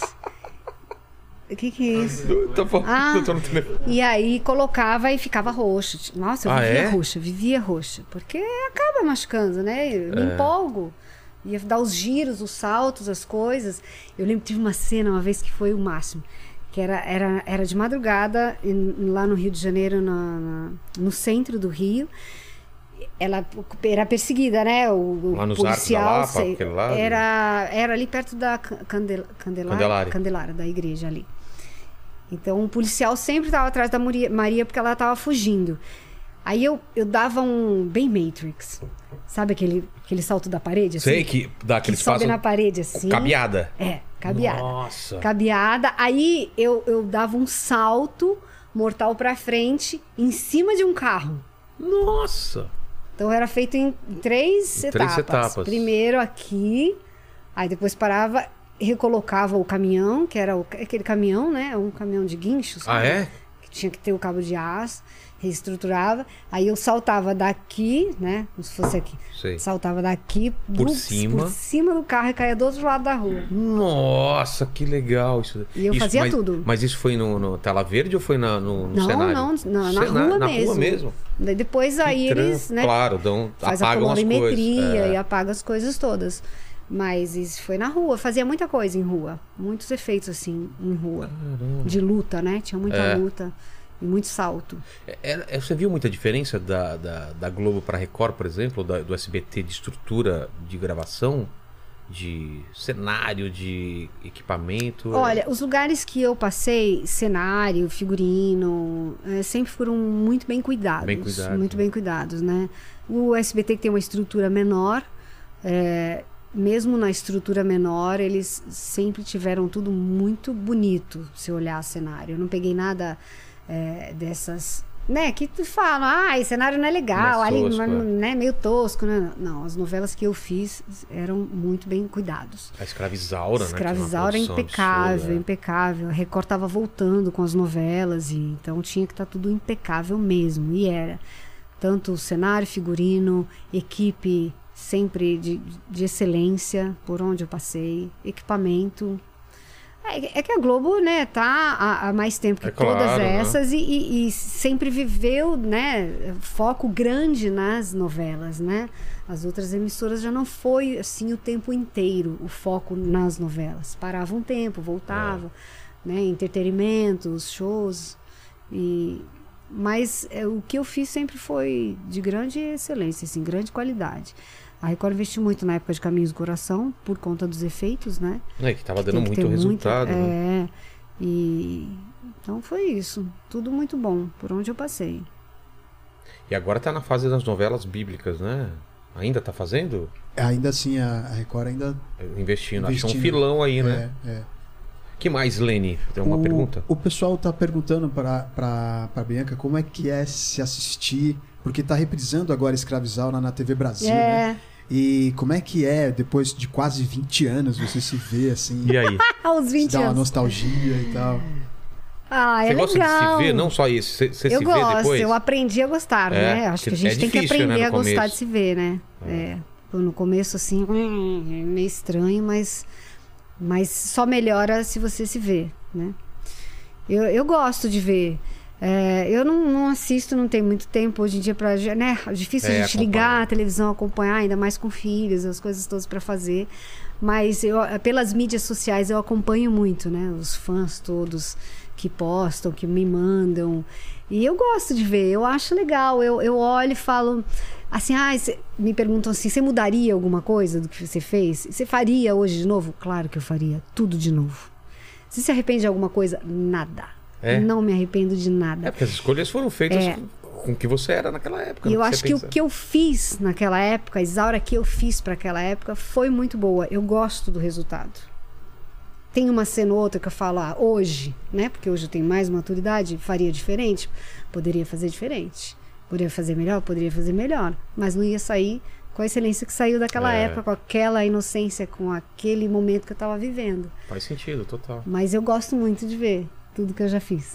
O que é isso? Tô no telefone. E aí colocava e ficava roxo. Nossa, eu vivia roxa. Porque acaba machucando, né? Eu me empolgo. Ia dar os giros, os saltos, as coisas. Eu lembro que tive uma cena uma vez que foi o máximo. Que era de madrugada, lá no Rio de Janeiro, no centro do Rio. Ela era perseguida, né? O lá nos policial Arcos da Lapa, aquele lado. Era ali perto da Candelária, da igreja ali. Então o policial sempre estava atrás da Maria porque ela estava fugindo. Aí eu dava um bem Matrix. Sabe aquele salto da parede? Assim, sei que dá aquele espaço. Sobe na parede assim. Cabeada. Cabeada. Nossa. Cabeada. Aí eu dava um salto mortal pra frente em cima de um carro. Nossa. Então era feito em três etapas. Primeiro aqui, aí depois parava, recolocava o caminhão, que era aquele caminhão, né? Um caminhão de guinchos. Que tinha que ter o cabo de aço. Reestruturava, aí eu saltava daqui, né? Como se fosse aqui. Saltava daqui por cima do carro e caía do outro lado da rua. Nossa, que legal isso. E eu fazia tudo. Mas isso foi no Tela Verde ou foi no cenário? Não, na rua mesmo. Daí depois aí eles, né? Claro, faz a colorimetria e apaga as coisas todas. Mas isso foi na rua, fazia muita coisa em rua. Muitos efeitos assim em rua. Caramba. De luta, né? Tinha muita luta. E muito salto. Você viu muita diferença da Globo para Record, por exemplo, do SBT, de estrutura de gravação, de cenário, de equipamento? Olha, os lugares que eu passei, cenário, figurino, sempre foram muito bem cuidados. Muito bem cuidados, né? O SBT que tem uma estrutura menor, mesmo na estrutura menor, eles sempre tiveram tudo muito bonito, se olhar o cenário. Eu não peguei nada... dessas, né, que tu fala, esse cenário não é legal, ali, né, meio tosco, né? Não, as novelas que eu fiz eram muito bem cuidados. A Escravizaura, né? Escravizaura impecável, impecável. A Record tava voltando com as novelas, e então tinha que estar tudo impecável mesmo, e era. Tanto cenário, figurino, equipe sempre de excelência, por onde eu passei, equipamento. É que a Globo, né, tá há mais tempo que todas essas, né? e sempre viveu, né, foco grande nas novelas, né? As outras emissoras já não foi assim o tempo inteiro o foco nas novelas. Parava um tempo, voltava, né, entretenimentos, shows. Mas o que eu fiz sempre foi de grande excelência, assim, grande qualidade. A Record investiu muito na época de Caminhos do Coração, por conta dos efeitos, né? Que tava dando muito resultado. Né? Então foi isso. Tudo muito bom, por onde eu passei. E agora tá na fase das novelas bíblicas, né? Ainda tá fazendo? Ainda assim, a Record ainda... Investindo. Acho um filão aí, né? Que mais, Lene? Tem uma pergunta? O pessoal tá perguntando pra Bianca como é que é se assistir, porque tá reprisando agora Escravizal na TV Brasil, né? E como é que é, depois de quase 20 anos, você se vê assim... E aí? Aos 20 dá uma anos. nostalgia e tal. Você gosta de se ver? Não só isso, você se vê depois? Eu aprendi a gostar, né? Acho que a gente tem que aprender a gostar de se ver, né? No começo, assim, é meio estranho, mas só melhora se você se vê, né? Eu gosto de ver. Eu não assisto, não tenho muito tempo hoje em dia pra... Né? É difícil a gente ligar a televisão, acompanhar, ainda mais com filhos, as coisas todas pra fazer. Mas pelas mídias sociais eu acompanho muito, né? Os fãs todos que postam, que me mandam. E eu gosto de ver, eu acho legal. Eu olho e falo... Assim, me perguntam assim, você mudaria alguma coisa do que você fez? Você faria hoje de novo? Claro que eu faria, tudo de novo. Você se arrepende de alguma coisa? Nada. Não me arrependo de nada. Porque as escolhas foram feitas com o que você era naquela época. E eu acho que o que eu fiz naquela época, a Isaura que eu fiz para aquela época, foi muito boa. Eu gosto do resultado. Tem uma cena ou outra que eu falo, hoje, né? Porque hoje eu tenho mais maturidade, faria diferente? Poderia fazer diferente. Poderia fazer melhor. Mas não ia sair com a excelência que saiu daquela época, com aquela inocência, com aquele momento que eu estava vivendo. Faz sentido, total. Mas eu gosto muito de ver tudo que eu já fiz.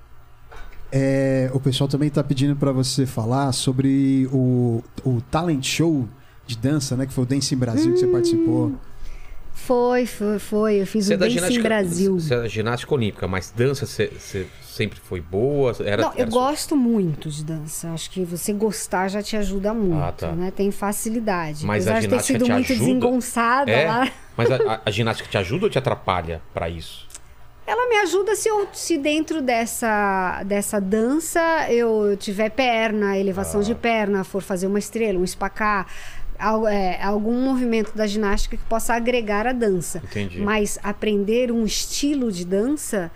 O pessoal também está pedindo para você falar sobre o talent show de dança, né? Que foi o Dance em Brasil que você participou. Foi. Eu fiz o Dance em Brasil. Você é ginástica olímpica, mas dança você sempre foi boa? Eu gosto muito de dança. Acho que você gostar já te ajuda muito, né? Tem facilidade. Mas apesar a ginástica de ter sido muito desengonçada lá. Mas a ginástica te ajuda ou te atrapalha para isso? Ela me ajuda se dentro dessa dança eu tiver perna, elevação de perna, for fazer uma estrela, um espacar, algum movimento da ginástica que possa agregar a dança. Entendi. Mas aprender um estilo de dança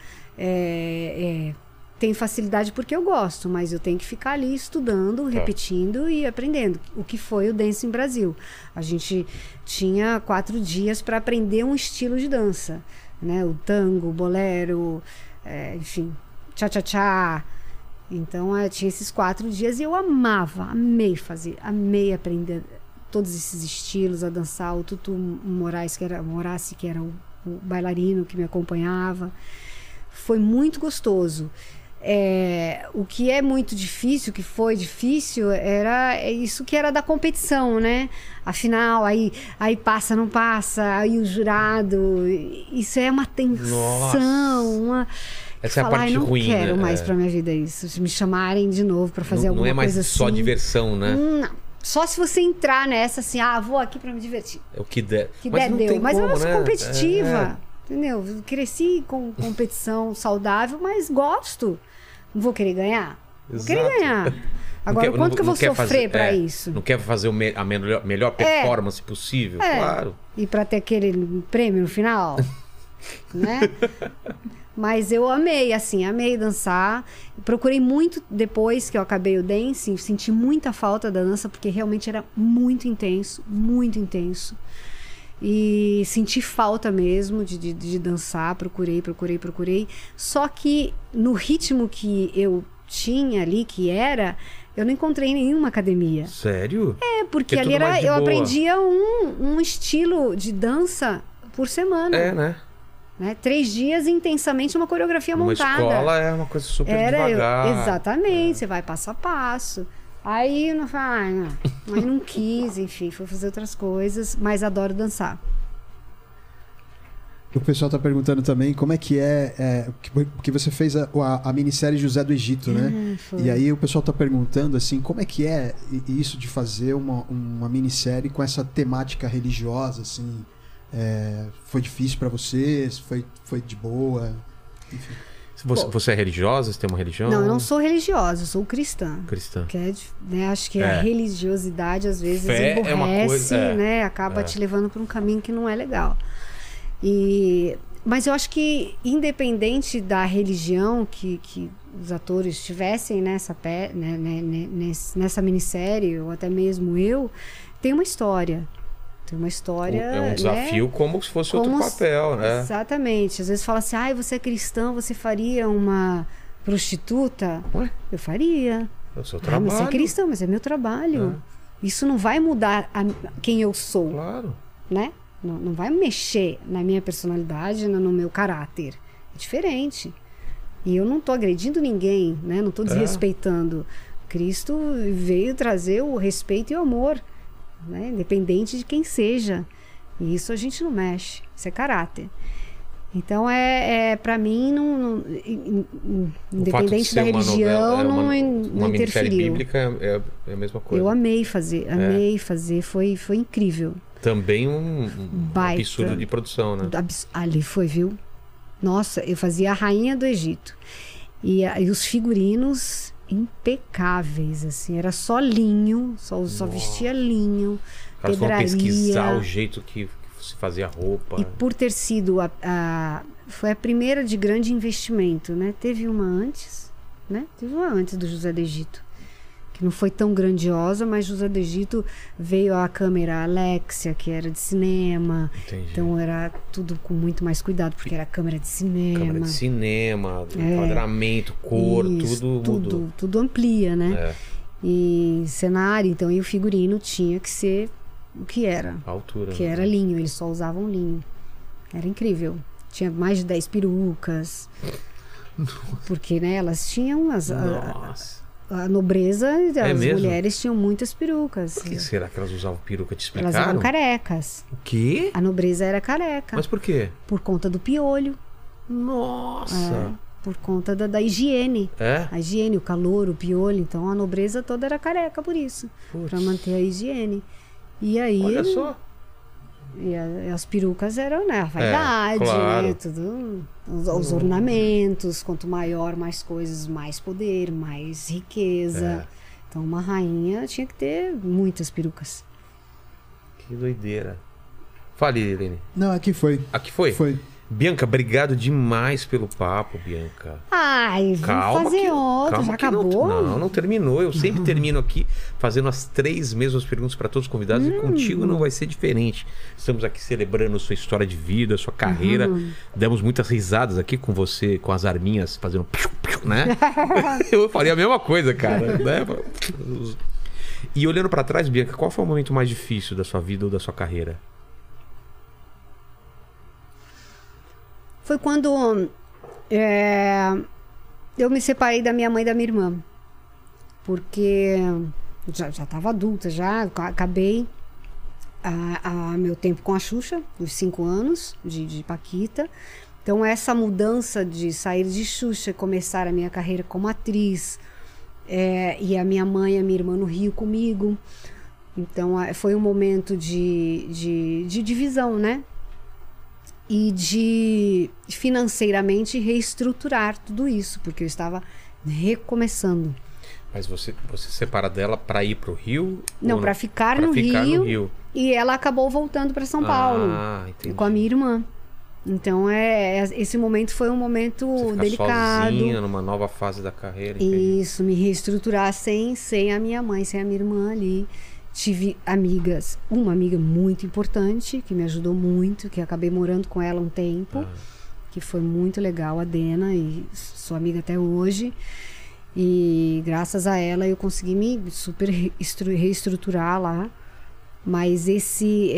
tem facilidade porque eu gosto, mas eu tenho que ficar ali estudando, repetindo e aprendendo. O que foi o Dance em Brasil. A gente tinha 4 dias para aprender um estilo de dança. Né? O tango, o bolero, enfim, tchá-tchá-tchá. Então, tinha esses 4 dias e eu amei fazer, amei aprender todos esses estilos, a dançar. O Tutu Moraes, que era o bailarino que me acompanhava. Foi muito gostoso. O que é muito difícil, que foi difícil, era isso que era da competição, né? Afinal, aí passa, não passa, aí o jurado, isso é uma tensão, essa é a parte ruim, né? Não quero mais pra minha vida isso. Se me chamarem de novo pra fazer alguma coisa assim. Não é mais só diversão, né? Não. Só se você entrar nessa assim, vou aqui pra me divertir. É o que der. Mas não deu. Mas eu não sou competitiva, entendeu? Eu cresci com competição saudável, mas gosto. Não vou querer ganhar? Vou querer ganhar. Agora, quanto que eu vou sofrer pra isso? Não quer fazer a melhor performance possível? Claro. E pra ter aquele prêmio no final, né? Mas eu amei dançar. Procurei muito depois que eu acabei o dance, senti muita falta da dança, porque realmente era muito intenso, muito intenso. E senti falta mesmo de dançar, procurei. Só que no ritmo que eu tinha ali, eu não encontrei nenhuma academia. Sério? Porque ali eu aprendia um estilo de dança por semana. Né? 3 dias intensamente uma coreografia montada. Uma escola é uma coisa super devagar. Exatamente, você vai passo a passo. Aí eu não quis, enfim, fui fazer outras coisas, mas adoro dançar. O pessoal tá perguntando também como é que porque você fez a minissérie José do Egito, né? Foi. E aí o pessoal tá perguntando assim, como é que é isso de fazer uma minissérie com essa temática religiosa, assim? Foi difícil para você? Foi de boa? Enfim. Você é religiosa? Você tem uma religião? Não, eu não sou religiosa, eu sou cristã. Cristã. Que acho que a religiosidade às vezes emburrece, é uma coisa, né? Acaba te levando para um caminho que não é legal. Mas eu acho que, independente da religião que os atores tivessem nessa minissérie, ou até mesmo eu, tem uma história. Tem uma história. É um desafio, né? Como se fosse outro papel, né? Exatamente. Às vezes fala assim, você é cristão, você faria uma prostituta? Ué? Eu faria. É o seu trabalho. Mas você é cristão, mas é meu trabalho. Isso não vai mudar quem eu sou. Claro. Né? Não vai mexer na minha personalidade, no meu caráter. É diferente. E eu não estou agredindo ninguém, né? Não estou desrespeitando. Cristo veio trazer o respeito e o amor, né? Independente de quem seja. E isso a gente não mexe. Isso é caráter. Então, para mim, independente da religião, não interferiu. Uma minissérie bíblica é a mesma coisa. Eu amei fazer. Foi incrível. Também um absurdo de produção, né? Ali foi, viu? Nossa, eu fazia a rainha do Egito. E os figurinos impecáveis, assim. Era só linho, só vestia linho, pedraria. Foram pesquisar o jeito que se fazia roupa. E por ter sido foi a primeira de grande investimento, né? Teve uma antes, né? Teve uma antes do José do Egito. Não foi tão grandiosa, mas José do Egito veio a câmera Alexia, que era de cinema. Entendi. Então era tudo com muito mais cuidado, porque era câmera de cinema. Câmera de cinema, enquadramento, cor, tudo amplia, né? E cenário, então, e o figurino tinha que ser o que era. A altura. Que era linho, eles só usavam linho. Era incrível. Tinha mais de 10 perucas. Porque, né, elas tinham a nobreza, as mulheres tinham muitas perucas. Por que será que elas usavam peruca? Te explicaram? Elas eram carecas. O quê? A nobreza era careca. Mas por quê? Por conta do piolho. Nossa! Por conta da higiene. A higiene, o calor, o piolho. Então a nobreza toda era careca por isso. Para manter a higiene. E aí... Olha só! E as perucas eram, né, a vaidade, claro. né, tudo, os ornamentos, quanto maior, mais coisas, mais poder, mais riqueza. Então uma rainha tinha que ter muitas perucas. Que doideira. Fale, Helene. Não, aqui foi. Aqui foi? Foi. Bianca, obrigado demais pelo papo, Bianca. Ai, vamos fazer outro. Já acabou? Não terminou. Eu sempre termino aqui fazendo as 3 mesmas perguntas para todos os convidados e contigo não vai ser diferente. Estamos aqui celebrando sua história de vida, sua carreira. Demos muitas risadas aqui com você, com as arminhas fazendo né? Eu faria a mesma coisa, cara. Né? E olhando para trás, Bianca, qual foi o momento mais difícil da sua vida ou da sua carreira? Foi quando eu me separei da minha mãe e da minha irmã. Porque já estava adulta, já acabei meu tempo com a Xuxa, os 5 anos de Paquita. Então essa mudança de sair de Xuxa, começar a minha carreira como atriz, e a minha mãe e a minha irmã no Rio comigo. Então foi um momento de divisão, né? E de financeiramente reestruturar tudo isso, porque eu estava recomeçando. Mas você separa dela para ir para o Rio? Não, para ficar no Rio. E ela acabou voltando para São Paulo com a minha irmã. Então esse momento foi um momento delicado. Sozinha, numa nova fase da carreira. Isso, me reestruturar sem a minha mãe, sem a minha irmã ali. Tive amigas, uma amiga muito importante, que me ajudou muito, que acabei morando com ela um tempo, que foi muito legal, a Dena, e sou amiga até hoje. E graças a ela eu consegui me super reestruturar lá. Mas esse,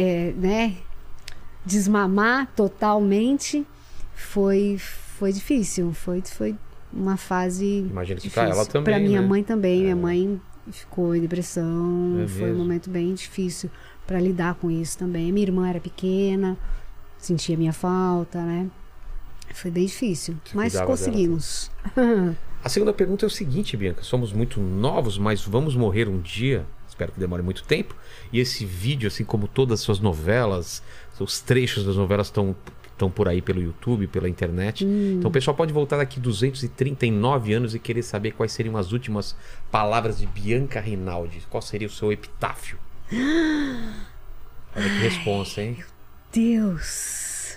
desmamar totalmente foi difícil. Foi uma fase. Imagino que difícil. Pra ela também. Pra minha né? mãe também. Minha mãe ficou em depressão. Foi mesmo? um momento bem difícil para lidar com isso também. Minha irmã era pequena, sentia minha falta, né? Foi bem difícil, mas conseguimos. A segunda pergunta é o seguinte, Bianca. Somos muito novos, mas vamos morrer um dia. Espero que demore muito tempo. E esse vídeo, assim como todas as suas novelas, os trechos das novelas estão por aí pelo YouTube, pela internet. Então o pessoal pode voltar daqui 239 anos e querer saber quais seriam as últimas palavras de Bianca Rinaldi. Qual seria o seu epitáfio? Olha que responsa, hein? Meu Deus.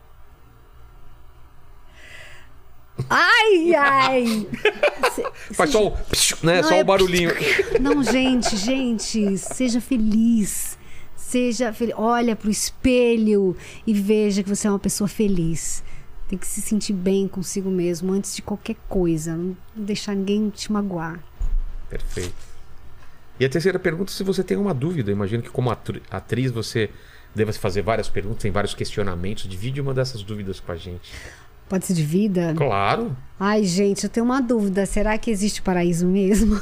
Ai! Faz só o, né? Só o barulhinho. Não, gente, seja feliz. Seja feliz. Olha pro espelho e veja que você é uma pessoa feliz. Tem que se sentir bem consigo mesmo antes de qualquer coisa. Não deixar ninguém te magoar. Perfeito. E a terceira pergunta, se você tem uma dúvida. Imagino que como atriz você deva fazer várias perguntas, tem vários questionamentos. Divide uma dessas dúvidas com a gente. Pode ser de vida? Claro. Ai, gente, eu tenho uma dúvida. Será que existe paraíso mesmo?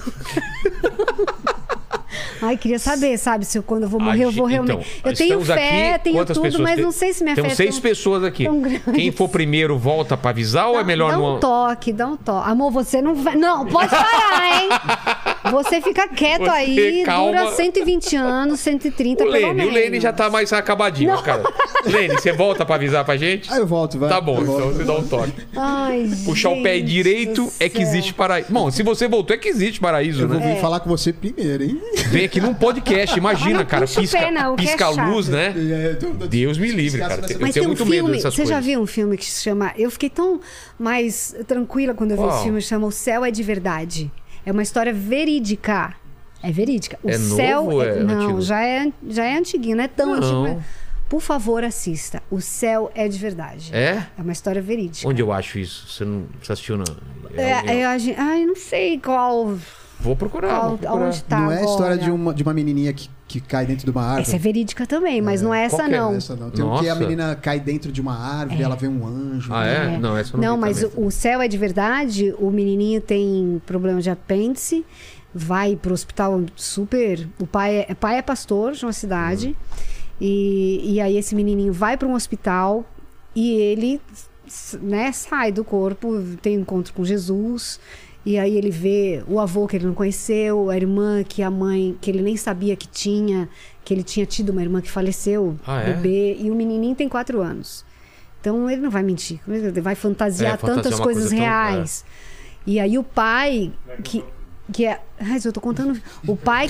Ai, queria saber, sabe? Se quando eu vou morrer, eu vou realmente... Então, eu tenho fé, aqui, tenho tudo, pessoas? mas não sei se minha fé é Tem 6 pessoas aqui. Quem for primeiro volta pra avisar ou é melhor não? Dá um toque. Amor, você não vai... Não, pode parar, hein? Você fica quieto aí, calma. Dura 120 anos, 130 pelo menos. O Lene já tá mais acabadinho, não. Cara. Lene, você volta pra avisar pra gente? Eu volto, vai. Tá bom, então você dá um toque. Ai, puxar o pé direito é que existe paraíso. Bom, se você voltou, é que existe paraíso, né? Eu vou vir falar com você primeiro, hein? Vem aqui num podcast, imagina, cara. Pisca a luz, né? Deus me livre, cara. Mas tem muito medo dessas coisas. Você já viu um filme que se chama... Eu fiquei tão mais tranquila quando eu vi esse filme, chama O Céu é de Verdade. É uma história verídica. É verídica. O céu novo, não, antigo? já é antiguinho, não é tão antigo. Por favor, assista. O Céu é de Verdade. É? É uma história verídica. Onde eu acho isso? Você assistiu, não? Ai, não sei qual... Vou procurar. Onde tá não é a agora. história de uma menininha que cai dentro de uma árvore. Essa é verídica também, mas não é essa, não. Essa não. Tem um que a menina cai dentro de uma árvore e ela vê um anjo. Ah, é? Não, essa não. Não, mas O Céu é de Verdade. O menininho tem problema de apêndice, vai pro hospital super... O pai é pastor de uma cidade. E aí esse menininho vai para um hospital e ele, né, sai do corpo, tem um encontro com Jesus. E aí ele vê o avô que ele não conheceu, a irmã que a mãe, que ele nem sabia que ele tinha tido uma irmã que faleceu, bebê, e o menininho tem 4 anos. Então ele não vai mentir, ele vai fantasiar tantas coisas reais. E aí o pai que é... Ai, eu tô contando... O pai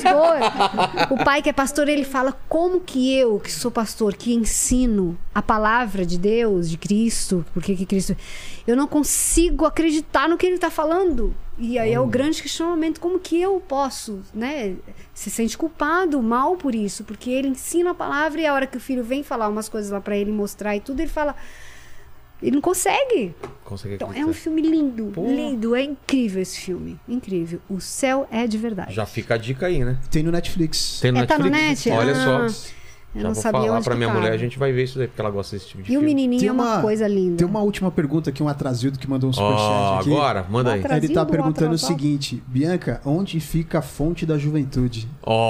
que é pastor, ele fala: como que eu, que sou pastor, que ensino a palavra de Deus, de Cristo, porque que Cristo... Eu não consigo acreditar no que ele tá falando. E aí é o grande questionamento: como que eu posso, né? Se sente culpado, mal por isso, porque ele ensina a palavra e a hora que o filho vem falar umas coisas lá pra ele, mostrar e tudo, ele fala... Ele não consegue. Então, é um filme lindo, lindo. É incrível esse filme. Incrível. O Céu é de Verdade. Já fica a dica aí, né? Tem no Netflix. Tá no Net? Olha só. Eu já não vou sabia falar onde pra minha tava. mulher, a gente vai ver isso daí, porque ela gosta desse tipo de E filme. o menininho é uma coisa linda. Tem uma última pergunta aqui, um atrasildo que mandou um superchat aqui. Agora, manda aí. Ele tá perguntando o seguinte: Bianca, onde fica a fonte da juventude?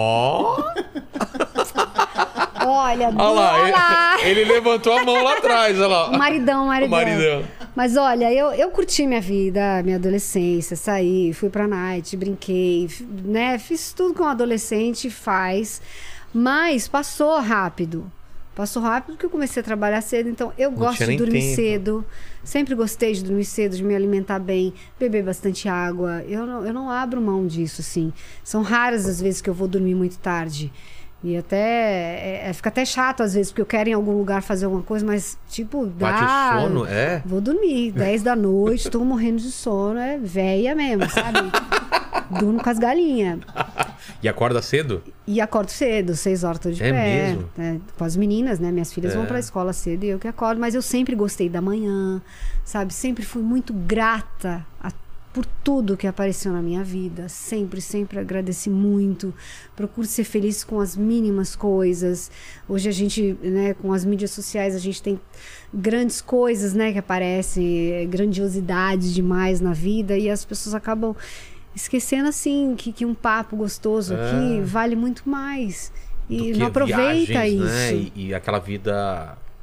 Olha lá, ele levantou a mão lá atrás, olha lá. O maridão. Mas olha, eu curti minha vida, minha adolescência, saí, fui pra night, brinquei, né? Fiz tudo que um adolescente faz, mas passou rápido. Passou rápido porque eu comecei a trabalhar cedo, então eu gosto de dormir cedo. Sempre gostei de dormir cedo, de me alimentar bem, beber bastante água. Eu não abro mão disso, assim. São raras as vezes que eu vou dormir muito tarde. E até... fica até chato às vezes, porque eu quero ir em algum lugar fazer alguma coisa, mas tipo... Bate o sono, Vou dormir, 10 da noite, tô morrendo de sono, é véia mesmo, sabe? Durmo com as galinhas. E acorda cedo? E acordo cedo, 6 horas tô de pé. Mesmo? Com as meninas, né? Minhas filhas vão pra escola cedo e eu que acordo. Mas eu sempre gostei da manhã, sabe? Sempre fui muito grata por tudo que apareceu na minha vida. Sempre agradeci muito. Procuro ser feliz com as mínimas coisas. Hoje a gente, né, com as mídias sociais, a gente tem grandes coisas, né, que aparecem, grandiosidade demais na vida, e as pessoas acabam esquecendo, assim, que um papo gostoso aqui vale muito mais. E não aproveita viagens, isso. Né? E aquela vida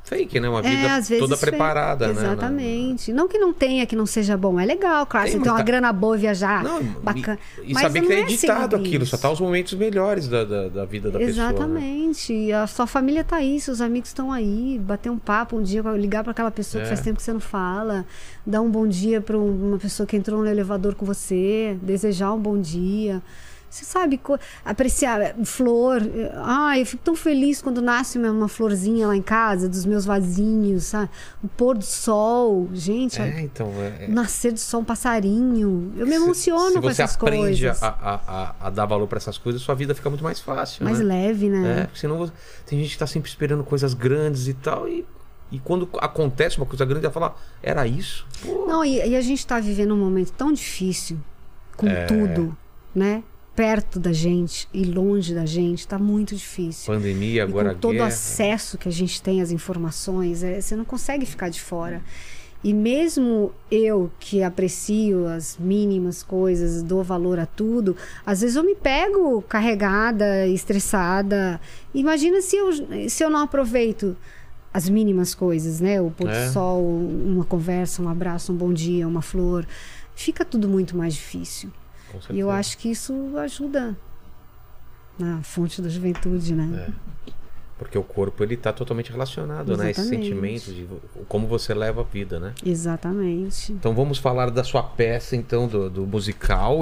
fake, né? Uma vida toda preparada, né? Exatamente. Não que não tenha, que não seja bom. É legal, claro. Você tem uma grana boa viajar, bacana. E saber que é editado aquilo, só tá os momentos melhores da vida da pessoa. Exatamente. Né? E a sua família tá aí, seus amigos estão aí. Bater um papo um dia, ligar para aquela pessoa que faz tempo que você não fala. Dar um bom dia para uma pessoa que entrou no elevador com você. Desejar um bom dia. Você sabe, apreciar flor. Eu fico tão feliz quando nasce uma florzinha lá em casa, dos meus vasinhos, sabe? O pôr do sol, gente. Nascer do sol, um passarinho. Eu me emociono com essas coisas. Se você aprende a dar valor para essas coisas, sua vida fica muito mais fácil. Mais leve, né? Porque senão tem gente que tá sempre esperando coisas grandes e tal, e quando acontece uma coisa grande, ela fala, era isso? Pô. Não, e a gente tá vivendo um momento tão difícil, com tudo, né? Perto da gente e longe da gente, tá muito difícil. Pandemia, agora com todo o acesso que a gente tem às informações, você não consegue ficar de fora. E mesmo eu que aprecio as mínimas coisas, dou valor a tudo, às vezes eu me pego carregada, estressada. Imagina se eu não aproveito as mínimas coisas, né? O pôr do sol, uma conversa, um abraço, um bom dia, uma flor. Fica tudo muito mais difícil. E eu acho que isso ajuda na fonte da juventude, né? Porque o corpo, ele tá totalmente relacionado, né? Esse sentimento de como você leva a vida, né? Exatamente. Então vamos falar da sua peça, então, do musical.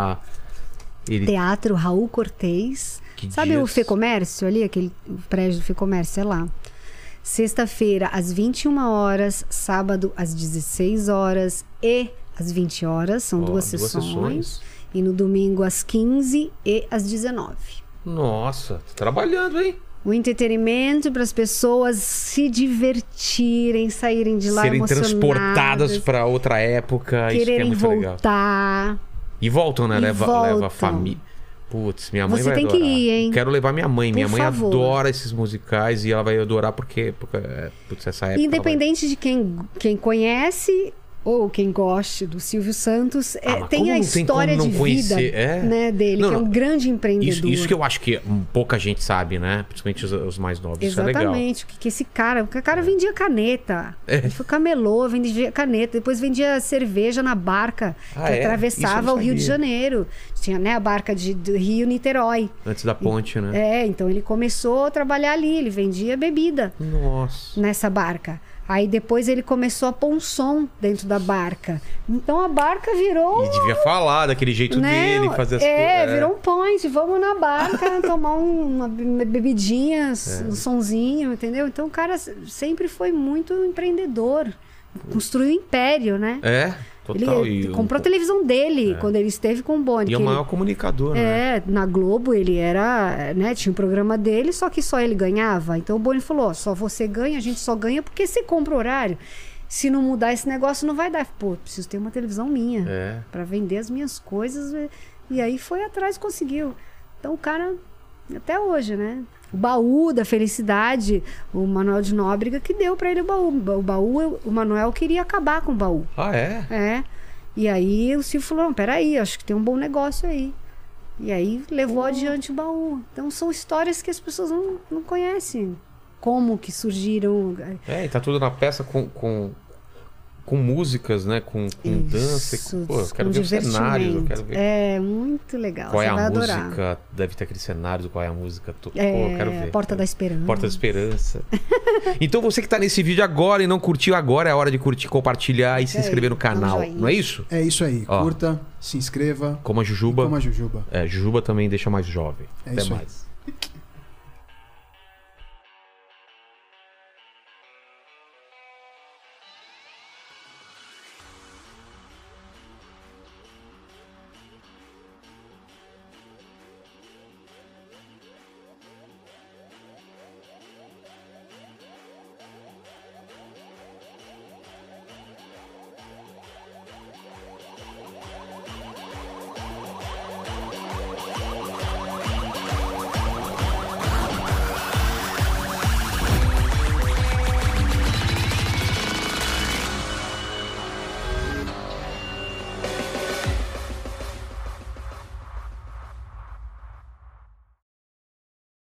Teatro Raul Cortez. Sabe o Fê-Comércio ali? Aquele prédio do Fê-Comércio, é lá. Sexta-feira, às 21 horas. Sábado, às 16 horas. E às 20 horas. São duas sessões. E no domingo, às 15 e às 19. Nossa, tá trabalhando, hein? O entretenimento para as pessoas se divertirem, saírem de lá serem emocionadas. Serem transportadas para outra época. Isso que é muito voltar. Legal. E voltam, né? Leva a família. Putz, minha mãe vai adorar. Você tem que ir, hein? Quero levar minha mãe. Minha mãe adora esses musicais e ela vai adorar porque putz, essa época... Independente de quem conhece... ou quem goste do Silvio Santos, tem a história de vida né, dele, que é um grande empreendedor. Isso que eu acho que pouca gente sabe, né? Principalmente os mais novos. Exatamente. Isso é legal. Que esse cara... O cara vendia caneta. Ele foi camelô, vendia caneta. Depois vendia cerveja na barca que atravessava o Rio de Janeiro. Tinha, né, a barca do Rio-Niterói. Antes da ponte, né? Então ele começou a trabalhar ali. Ele vendia bebida. Nossa. Nessa barca. Aí depois ele começou a pôr um som dentro da barca. Então a barca virou... E devia falar daquele jeito dele, fazer as coisas. Virou um point. Vamos na barca tomar uma bebidinha, um sonzinho, entendeu? Então o cara sempre foi muito empreendedor. Construiu um império, né? Total. Ele comprou a televisão dele quando ele esteve com o Boni. E é o maior comunicador, né? Na Globo ele era, né? Tinha um programa dele, só que só ele ganhava. Então o Boni falou, só você ganha, a gente só ganha porque você compra o horário. Se não mudar esse negócio, não vai dar. Pô, preciso ter uma televisão minha para vender as minhas coisas. E aí foi atrás e conseguiu. Então o cara, até hoje, né? O baú da felicidade, o Manuel de Nóbrega que deu pra ele o baú. O baú, o Manuel queria acabar com o baú. E aí o Silvio falou, não, peraí, acho que tem um bom negócio aí. E aí levou adiante o baú. Então são histórias que as pessoas não conhecem. Como que surgiram. E tá tudo na peça com músicas, né? Com dança. Pô, eu quero ver os cenários. Eu quero ver. É muito legal. Qual você vai música? Adorar. Deve ter aqueles cenários. Qual é a música? Pô, eu quero ver. Porta da Esperança. Porta da Esperança. Então você que tá nesse vídeo agora e não curtiu agora, é hora de curtir, compartilhar e se inscrever no canal. Não é isso? É isso aí. Curta, se inscreva. Como a Jujuba. Como a Jujuba. Jujuba também deixa mais jovem. Até mais.